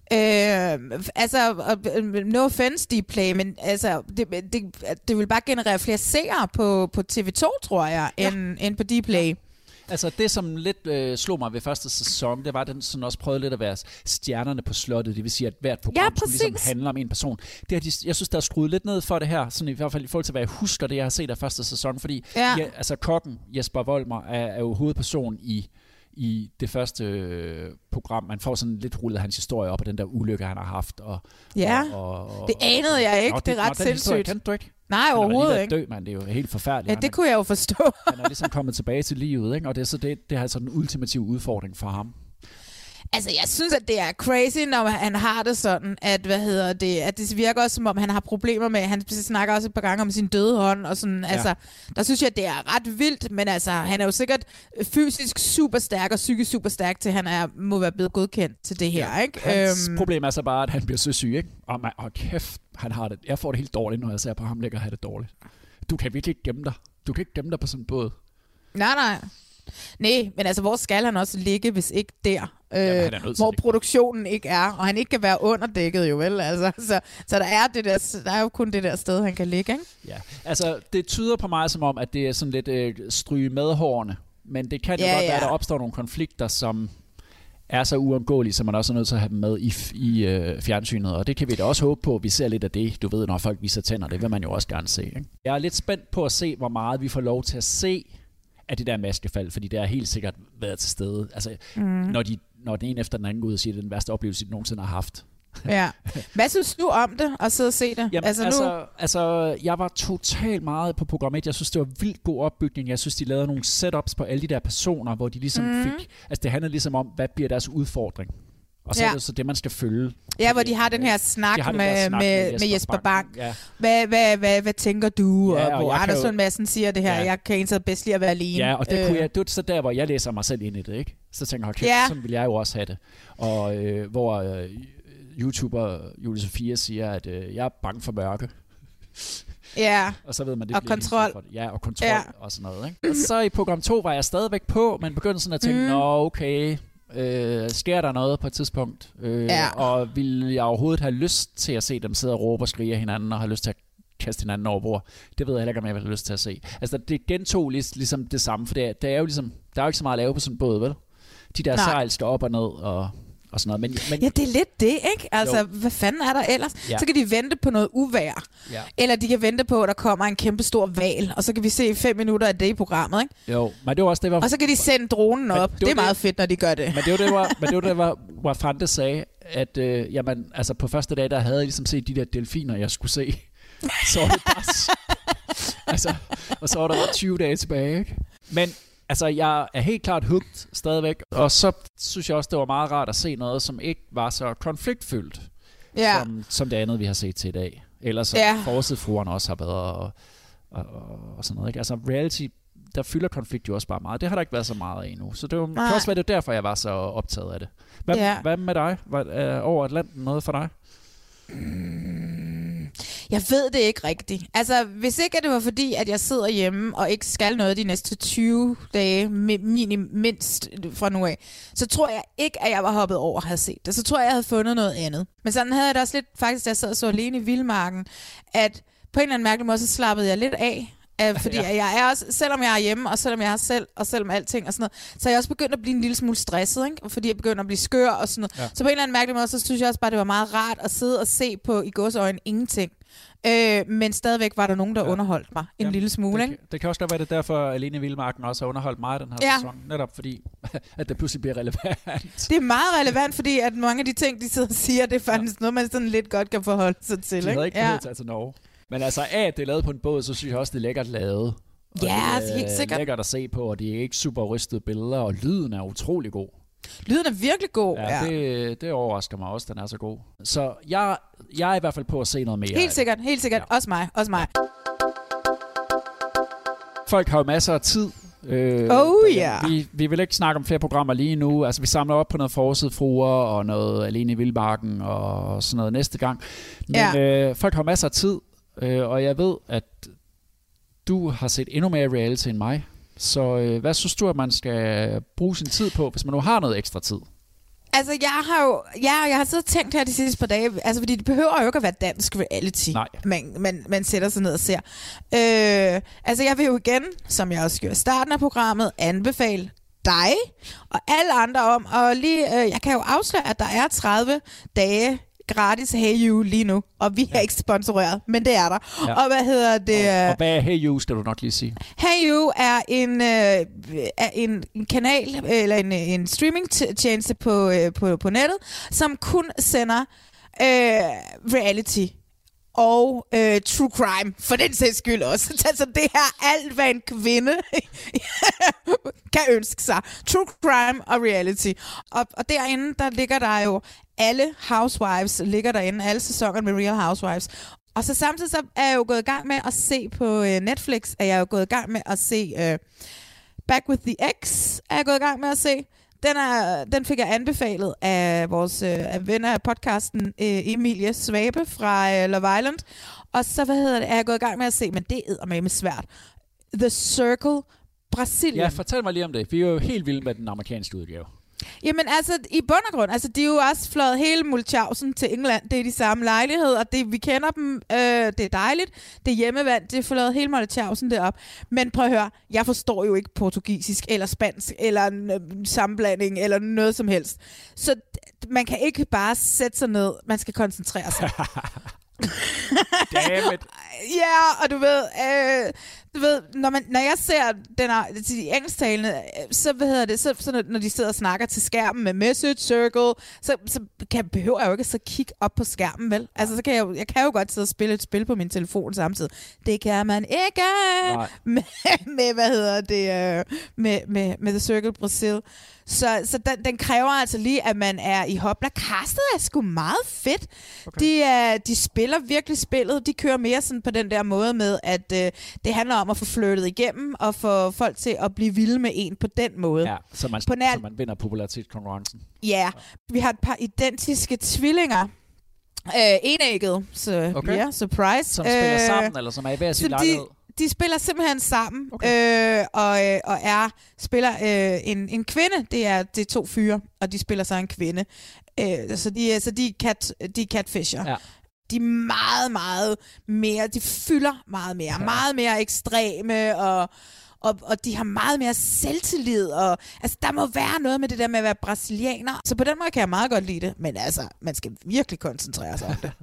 Øh, altså, no offense Dplay, men altså, det, det, det vil bare generere flere seere på, på T V to, tror jeg, ja. end, end på Dplay. Ja. Altså det, som lidt øh, slog mig ved første sæson, det var, at den sådan også prøvede lidt at være stjernerne på slottet. Det vil sige, at hvert program ja, ligesom handler om en person. Det har de, jeg synes, der er skruet lidt ned for det her, sådan i hvert fald i forhold til, hvad jeg husker, det jeg har set af første sæson. Fordi ja. Ja, altså kokken Jesper Volmer er, er jo hovedperson i, i det første øh, program. Man får sådan lidt rullet hans historie op af den der ulykke, han har haft. Og, ja, og, og, og, det anede jeg ikke. Nå, det er ret nå, sindssygt. Kendte du ikke? Nej, overhovedet ikke. Dø, man. Det er jo helt forfærdeligt. Ja, det kunne jeg jo forstå. Han er ligesom kommet tilbage til livet, ikke? Og det er så det, det er altså en ultimativ udfordring for ham. Altså, jeg synes, at det er crazy, når han har det sådan, at, hvad hedder det, at det virker også, som om han har problemer med, han snakker også et par gange om sin døde hånd, og sådan, ja. Altså, der synes jeg, det er ret vildt, men altså, han er jo sikkert fysisk super stærk, og psykisk super stærk, til han er, må være blevet godkendt til det her, ja. Ikke? Hans øhm. problem er så bare, at han bliver søsyg, ikke? Og man, åh, kæft, han har det. Jeg får det helt dårligt, når jeg ser på ham ligger og have det dårligt. Du kan virkelig ikke gemme dig. Du kan ikke gemme dig på sådan en båd. Nej, nej. Nej, men altså, hvor skal han også ligge, hvis ikke der, øh, Jamen, hvor produktionen ikke er, og han ikke kan være underdækket jo vel, altså, så, så der, er det der, der er jo kun det der sted, han kan ligge, ikke? Ja, altså, det tyder på mig som om, at det er sådan lidt øh, stryge med hårene, men det kan jo ja, godt ja. være, at der opstår nogle konflikter, som er så uundgåelige, så man også er nødt til at have dem med i, i øh, fjernsynet, og det kan vi da også håbe på, at vi ser lidt af det, du ved, når folk viser tænder, det vil man jo også gerne se, ikke? Jeg er lidt spændt på at se, hvor meget vi får lov til at se af det der maskefald, fordi det har helt sikkert været til stede. Altså, mm. når, de, når den ene efter den anden går ud og siger, det er den værste oplevelse, de nogensinde har haft. Ja. Hvad synes du om det, at sidde og se det? Jamen, altså, altså, nu... altså, jeg var totalt meget på programmet. Jeg synes, det var vildt god opbygning. Jeg synes, de lavede nogle setups på alle de der personer, hvor de ligesom mm. fik... Altså, det handlede ligesom om, hvad bliver deres udfordring? Og så ja. er det så det, man skal følge. Ja, hvor de har den her snak, de med, snak med, med Jesper, med Jesper Bang. Bang. Ja. Hvad, hvad, hvad, hvad tænker du? Ja, og og hvor jeg kan Anders jo- Madsen siger det her, Ja. jeg kan egentlig bedst lide at være alene. Ja, og det, Øh, kunne jeg, det er så der, hvor jeg læser mig selv ind i det, ikke? Så tænker jeg, okay, Ja. sådan vil jeg jo også have det. Og øh, hvor øh, YouTuber Julie Sofia siger, at øh, jeg er bange for mørke. Ja, Og så ved man, det og bliver kontrol. lige for det. Ja, og kontrol Ja. og sådan noget. Ikke? Og så i program to var jeg stadigvæk på, men begyndte sådan at tænke, Mm. nå okay, øh, sker der noget på et tidspunkt? Øh, Ja. Og vil jeg overhovedet have lyst til at se dem sidde og råbe og skrige af hinanden, og have lyst til at kaste hinanden over bord? Det ved jeg heller ikke, om jeg vil have lyst til at se. Altså det gentog lig, ligesom det samme, for det er, det er jo ligesom, der er jo ikke så meget at lave på sådan en båd, vel? De der Nej. sejl skal op og ned og, og sådan noget. Men, men, Ja, det er lidt det, ikke? Altså, Jo. hvad fanden er der ellers? Ja. Så kan de vente på noget uvejr. Ja. Eller de kan vente på, at der kommer en kæmpe stor val, og så kan vi se fem minutter af det i programmet, ikke? jo, men det var også det, var... Og så kan de sende dronen op. Det, var det er meget det- fedt, når de gør det. Men det var det, hvor, men det var det, hvor, hvor Frante sagde, at øh, jamen, altså på første dag, der havde jeg ligesom set de der delfiner, jeg skulle se. Så var det bare... s- altså, og så var der bare tyve dage tilbage, ikke? Men altså, jeg er helt klart hooked stadigvæk. Og så synes jeg også, det var meget rart at se noget, som ikke var så konfliktfyldt, Ja. som, som det andet, vi har set til i dag. Eller som Ja. forsidefruerne også har været, og, og, og, og sådan noget, ikke? Altså, reality, der fylder konflikt jo også bare meget. Det har der ikke været så meget af endnu. Så det var, kan Nej. også være det derfor, jeg var så optaget af det. Hvad, Ja. hvad med dig? Hvad, er over Atlanten noget for dig? Jeg ved det ikke rigtigt. Altså, hvis ikke at det var fordi, at jeg sidder hjemme og ikke skal noget de næste tyve dage, mi- minim, mindst fra nu af, så tror jeg ikke, at jeg var hoppet over at have set det. Så tror jeg, jeg havde fundet noget andet. Men sådan havde jeg det også lidt, faktisk, da jeg sad og så alene i Vildmarken, at på en eller anden mærkelig måde, så slappede jeg lidt af. Uh, fordi Ja. ja. jeg er også, selvom jeg er hjemme, og selvom jeg har selv, og selvom alting og sådan noget, så er jeg også begyndt at blive en lille smule stresset, ikke? Fordi jeg begynder at blive skør og sådan noget. Ja. Så på en eller anden mærkelig måde, så synes jeg også bare, det var meget rart at sidde og se på i gåseøjne ingenting. Øh, men stadigvæk var der nogen, der ja. underholdt mig en Jamen, lille smule, det, ikke? det kan også godt være, det er derfor, Alene i Vildmarken også har underholdt mig den her Ja. sæson. Netop fordi, at det pludselig bliver relevant. Det er meget relevant, fordi at mange af de ting, de sidder og siger, det er faktisk ja. noget, man sådan lidt godt kan forholde sig til, De ikke? havde ikke behøvet at tage til Norge. Men altså af, at det er lavet på en båd, så synes jeg også, det er lækkert lavet. Og Ja, det er helt sikkert. lækkert at se på, og det er ikke super rystede billeder, og lyden er utrolig god. Lyden er virkelig god. Ja, Ja. Det, det overrasker mig også, den er så god. Så jeg, jeg er i hvert fald på at se noget mere. af Helt det. sikkert, helt sikkert. Ja. Også mig, også mig. Folk har jo masser af tid. Øh, Oh, ja. ja. vi, vi vil ikke snakke om flere programmer lige nu. Altså, vi samler op på noget forsidefruer og noget Alene i Vildmarken og sådan noget næste gang. Men Ja. øh, folk har masser af tid, øh, og jeg ved, at du har set endnu mere reality end mig. Så øh, hvad synes du, at man skal bruge sin tid på, hvis man nu har noget ekstra tid? Altså, jeg har jo ja, jeg har siddet og tænkt her de sidste par dage, altså, fordi det behøver jo ikke at være dansk reality, Nej. man, man, man sætter sig ned og ser. Øh, altså, jeg vil jo igen, som jeg også gjorde i starten af programmet, anbefale dig og alle andre om, og lige, øh, jeg kan jo afsløre, at der er tredive dage gratis Hey You lige nu, og vi er ikke sponsoreret, men det er der. Ja. Og hvad hedder det? Og, og hvad er Hey You, skal du nok lige sige? Hey You er en, øh, er en, en kanal, eller en, en streamingtjeneste på, øh, på, på nettet, som kun sender øh, reality og øh, true crime, for den sags skyld også. Altså det her alt, hvad en kvinde kan ønske sig. True crime og reality. Og, og derinde, der ligger der jo alle Housewives, ligger derinde, alle sæsoner med Real Housewives. Og så samtidig så er jeg jo gået i gang med at se på øh, Netflix, er jeg jo gået i gang med at se øh, Back with the Ex, er jeg gået i gang med at se. Den, er, den fik jeg anbefalet af vores øh, af venner af podcasten, øh, Emilie Svabe fra øh, Love Island. Og så, hvad hedder det, er jeg gået i gang med at se, men det er eddermame svært. The Circle, Brasilien. Ja, fortæl mig lige om det. Vi er jo helt vilde med den amerikanske udgave. Jamen altså, i bund og grund, altså de er jo også fløjet hele Mulchausen til England. Det er de samme lejligheder, og det, vi kender dem, øh, det er dejligt. Det er hjemmevand, det er fløjet hele Mulchausen derop. Men prøv at høre, jeg forstår jo ikke portugisisk, eller spansk, eller en øh, sammenblanding, eller noget som helst. Så d- man kan ikke bare sætte sig ned, man skal koncentrere sig. Dammit. Ja, og du ved, øh, du ved, når, man, når jeg ser den her, de engelsktalende, øh, så, hvad hedder det, så, så når, når de sidder og snakker til skærmen med message circle, så, så kan, behøver jeg jo ikke så kigge op på skærmen, vel? Altså, så kan jeg, jo, jeg kan jo godt sidde og spille et spil på min telefon samtidig. Det kan man ikke med, med, hvad hedder det, øh, med, med, med The Circle Brasil. Så, så den, den kræver altså lige, at man er i hopla. Castet er sgu meget fedt. Okay. De, uh, de spiller virkelig spillet. De kører mere sådan på den der måde med, at uh, det handler om at få flirtet igennem og få folk til at blive vilde med en på den måde. Ja, så man, på nær... så man vinder popularitetskonkurrencen. Ja, vi har et par identiske tvillinger. Uh, enægget, så okay. ja, surprise. Som spiller uh, sammen, eller som er i hver sin lejlighed? De spiller simpelthen sammen, okay. øh, og, øh, og er spiller øh, en, en kvinde. Det er, det er to fyre, og de spiller så en kvinde. Øh, så de, så de er cat, de er catfisher. Ja. De er meget, meget mere, de fylder meget mere, ja. meget mere ekstreme, og, og, og de har meget mere selvtillid. Og, altså, der må være noget med det der med at være brasilianer. Så på den måde kan jeg meget godt lide det, men altså, man skal virkelig koncentrere sig om det.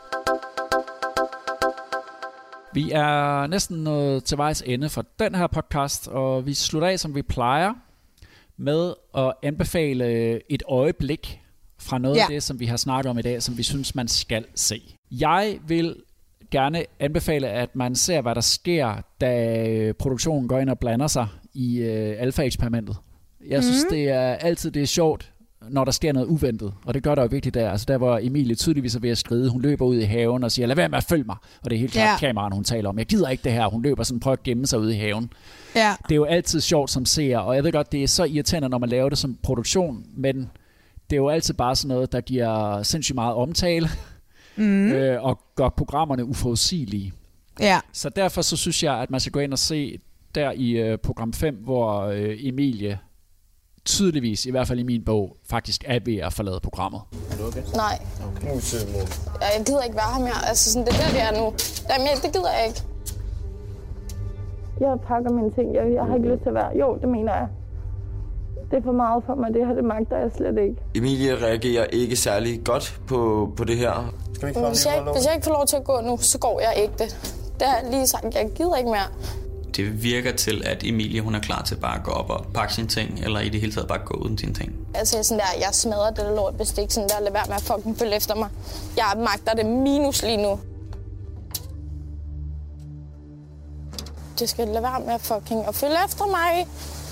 Vi er næsten nået til vejs ende for den her podcast, og vi slutter af, som vi plejer, med at anbefale et øjeblik fra noget ja. af det, som vi har snakket om i dag, som vi synes, man skal se. Jeg vil gerne anbefale, at man ser, hvad der sker, da produktionen går ind og blander sig i øh, alfa-eksperimentet. Jeg mm. synes, det er altid det er sjovt, når der sker noget uventet, og det gør der jo virkelig der. Altså der, hvor Emilie tydeligvis er ved at skride, hun løber ud i haven og siger, lad være med at følge mig. Og det er helt klart ja. kameraen, hun taler om. Jeg gider ikke det her. Hun løber sådan, prøver at gemme sig ude i haven. Ja. Det er jo altid sjovt som seer, og jeg ved godt, det er så irriterende, når man laver det som produktion, men det er jo altid bare sådan noget, der giver sindssygt meget omtale, mm. øh, og gør programmerne uforudsigelige. Ja. Så derfor så synes jeg, at man skal gå ind og se der i øh, program fem, hvor øh, Emilie tydeligvis, i hvert fald i min bog, faktisk er ved at forlade programmet. Er du okay? Nej. Okay. Ja, jeg gider ikke være her mere. Altså, sådan, det der, det er nu. Jamen, det gider jeg ikke. Jeg pakker mine ting. Jeg, jeg har ikke lyst til at være. Jo, det mener jeg. Det er for meget for mig. Det her, det magter jeg slet ikke. Emilie reagerer ikke særlig godt på, på det her. Skal vi ikke hvis, jeg, hvis jeg ikke får lov til at gå nu, så går jeg ikke det. Det har jeg lige sagt. Jeg gider ikke mere. Det virker til, at Emilie hun er klar til bare at gå op og pakke sine ting, eller i det hele taget bare gå uden sine ting. Altså jeg, sådan der, jeg smadrer det der lort bestik, sådan der, lad være med at fucking følge efter mig. Jeg magter det minus lige nu. Det skal lade være med at fucking at følge efter mig.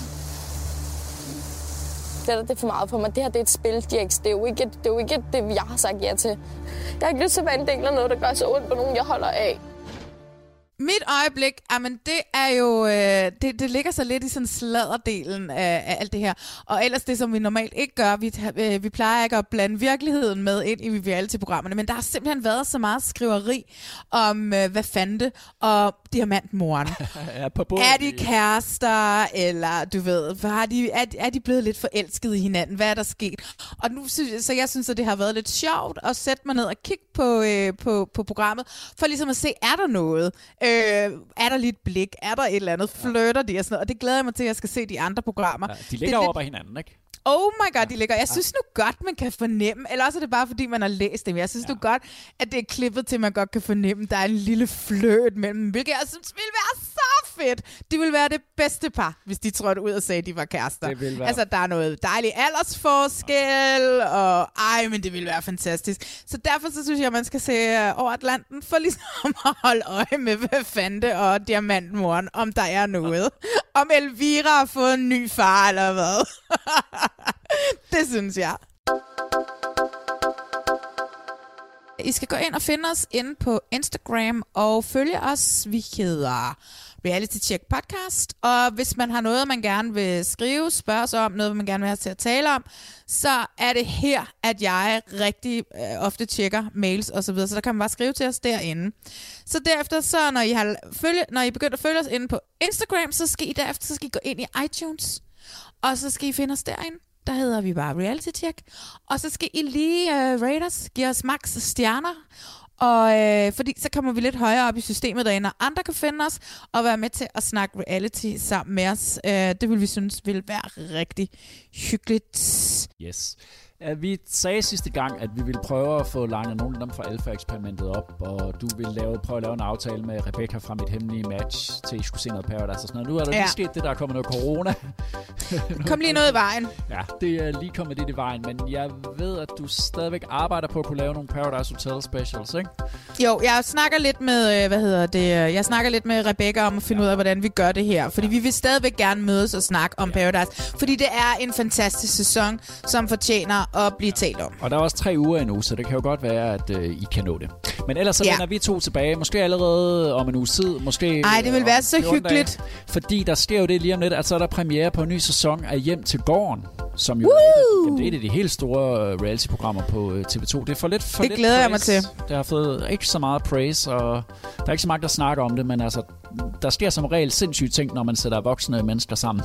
Det der, det er for meget for mig. Det her, det er et spil, Jax. Det er jo ikke, det er jo ikke det, jeg har sagt ja til. Jeg har ikke lyst til at være en del af noget, der gør så ondt på nogen, jeg holder af. Mit øjeblik, jamen det er jo, øh, det, det ligger så lidt i sådan sladderdelen af, af alt det her. Og ellers det, som vi normalt ikke gør, vi, øh, vi plejer ikke at blande virkeligheden med ind i reality-programmerne, men der har simpelthen været så meget skriveri om, øh, hvad fanden det, og diamantmoren. Ja, på er de kærester, eller du ved, har de, er, er de blevet lidt forelskede i hinanden? Hvad er der sket? Og nu synes, så jeg synes, at det har været lidt sjovt at sætte mig ned og kigge på, øh, på, på programmet, for ligesom at se, er der noget? Øh, er der lige et blik? Er der et eller andet? Flirter de og sådan noget? Og det glæder jeg mig til, at jeg skal se de andre programmer. Ja, de ligger over lidt... hinanden, ikke? Oh my god, de ligger. Jeg synes nu godt, man kan fornemme, eller også er det bare, fordi man har læst dem. Jeg synes ja. nu godt, at det er klippet til, at man godt kan fornemme, at der er en lille fløt mellem, hvilket jeg synes ville være så fedt. Det ville være det bedste par, hvis de trådte ud og sagde, at de var kærester. Altså, der er noget dejlig aldersforskel, og ej, men det ville være fantastisk. Så derfor så synes jeg, at man skal se over Atlanten, for ligesom at holde øje med, hvad fanden og diamantmoren, om der er noget. Om Elvira har fået en ny far, eller hvad. Det synes jeg. I skal gå ind og finde os inde på Instagram og følge os. Vi hedder Reality Check Podcast. Og hvis man har noget, man gerne vil skrive, spørge os om, noget, man gerne vil have til at tale om, så er det her, at jeg rigtig øh, ofte tjekker mails og så videre. Så der kan man bare skrive til os derinde. Så derefter, så når I har følge, når I begynder at følge os inde på Instagram, så skal I derefter så skal I gå ind i iTunes. Og så skal I finde os derinde. Der hedder vi bare Reality Check. Og så skal I lige uh, rate os, give os max stjerner. Og øh, fordi så kommer vi lidt højere op i systemet derinde, og andre kan finde os og være med til at snakke reality sammen med os. Øh, det vil vi synes vil være rigtig hyggeligt. Yes. Vi sagde sidste gang, at vi ville prøve at få legnet nogle af dem fra Alpha-eksperimentet op, og du ville lave, prøve at lave en aftale med Rebecca fra Mit Hemmelige Match, til I skulle se noget Paradise og sådan noget. Nu er der ja. lige sket det, der er kommet noget corona. Kom lige noget i vejen. Ja, det er lige kommet lidt i vejen, men jeg ved, at du stadigvæk arbejder på at kunne lave nogle Paradise Hotel specials, ikke? Jo, jeg snakker lidt med, hvad hedder det, jeg snakker lidt med Rebecca om at finde ja. ud af, hvordan vi gør det her. Fordi vi vil stadigvæk gerne mødes og snakke om Paradise. Fordi det er en fantastisk sæson, som fortjener at blive talt om. Og der er også tre uger endnu, så det kan jo godt være, at øh, I kan nå det. Men ellers så ja. vender vi to tilbage. Måske allerede om en uges tid. Måske Ej, det vil være så hyggeligt. Dage. Fordi der sker jo det lige om lidt, at så er der premiere på en ny sæson af Hjem til Gården, som jo er et, det er et af de helt store reality-programmer på T V to. Det er for lidt for Det lidt glæder praise. jeg mig til. Det har fået ikke så meget praise, og der er ikke så mange, der snakker om det, men altså, der sker som regel sindssyge ting, når man sætter voksne mennesker sammen.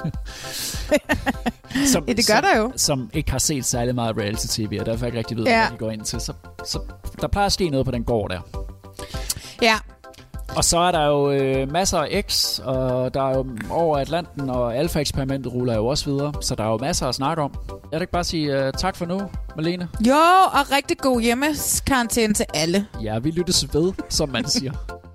som, ja, det gør som, der jo. Som ikke har set særlig meget reality-tv, og derfor ikke rigtig ved, ja. hvad de går ind til. Så, så der plejer at ske noget på den gård der. Ja. Og så er der jo øh, masser af X, og der er jo over Atlanten, og Alpha-eksperimentet ruller jo også videre, så der er jo masser at snakke om. Jeg vil ikke bare sige uh, tak for nu, Malene. Jo, og rigtig god hjemmekarantæne til alle. Ja, vi lyttes ved, som man siger.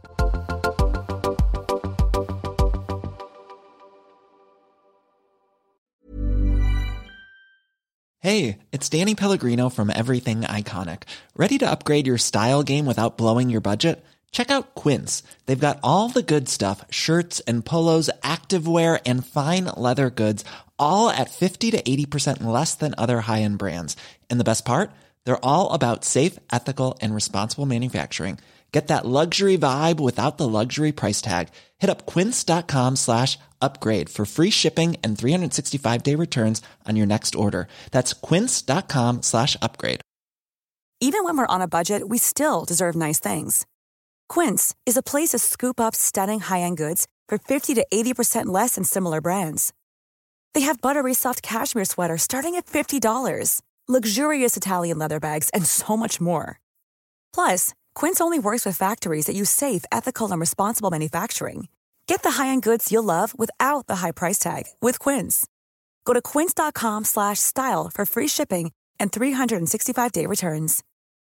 Hey, it's Danny Pellegrino from Everything Iconic. Ready to upgrade your style game without blowing your budget? Check out Quince. They've got all the good stuff, shirts and polos, activewear, and fine leather goods, all at fifty to eighty percent less than other high-end brands. And the best part? They're all about safe, ethical, and responsible manufacturing. Get that luxury vibe without the luxury price tag. Hit up quince.com slash upgrade for free shipping and three sixty-five day returns on your next order. That's quince.com slash upgrade. Even when we're on a budget, we still deserve nice things. Quince is a place to scoop up stunning high-end goods for fifty to eighty percent less than similar brands. They have buttery soft cashmere sweaters starting at fifty dollars, luxurious Italian leather bags, and so much more. Plus, Quince only works with factories that use safe, ethical, and responsible manufacturing. Get the high-end goods you'll love without the high price tag with Quince. Go to quince.com slash style for free shipping and three sixty-five day returns.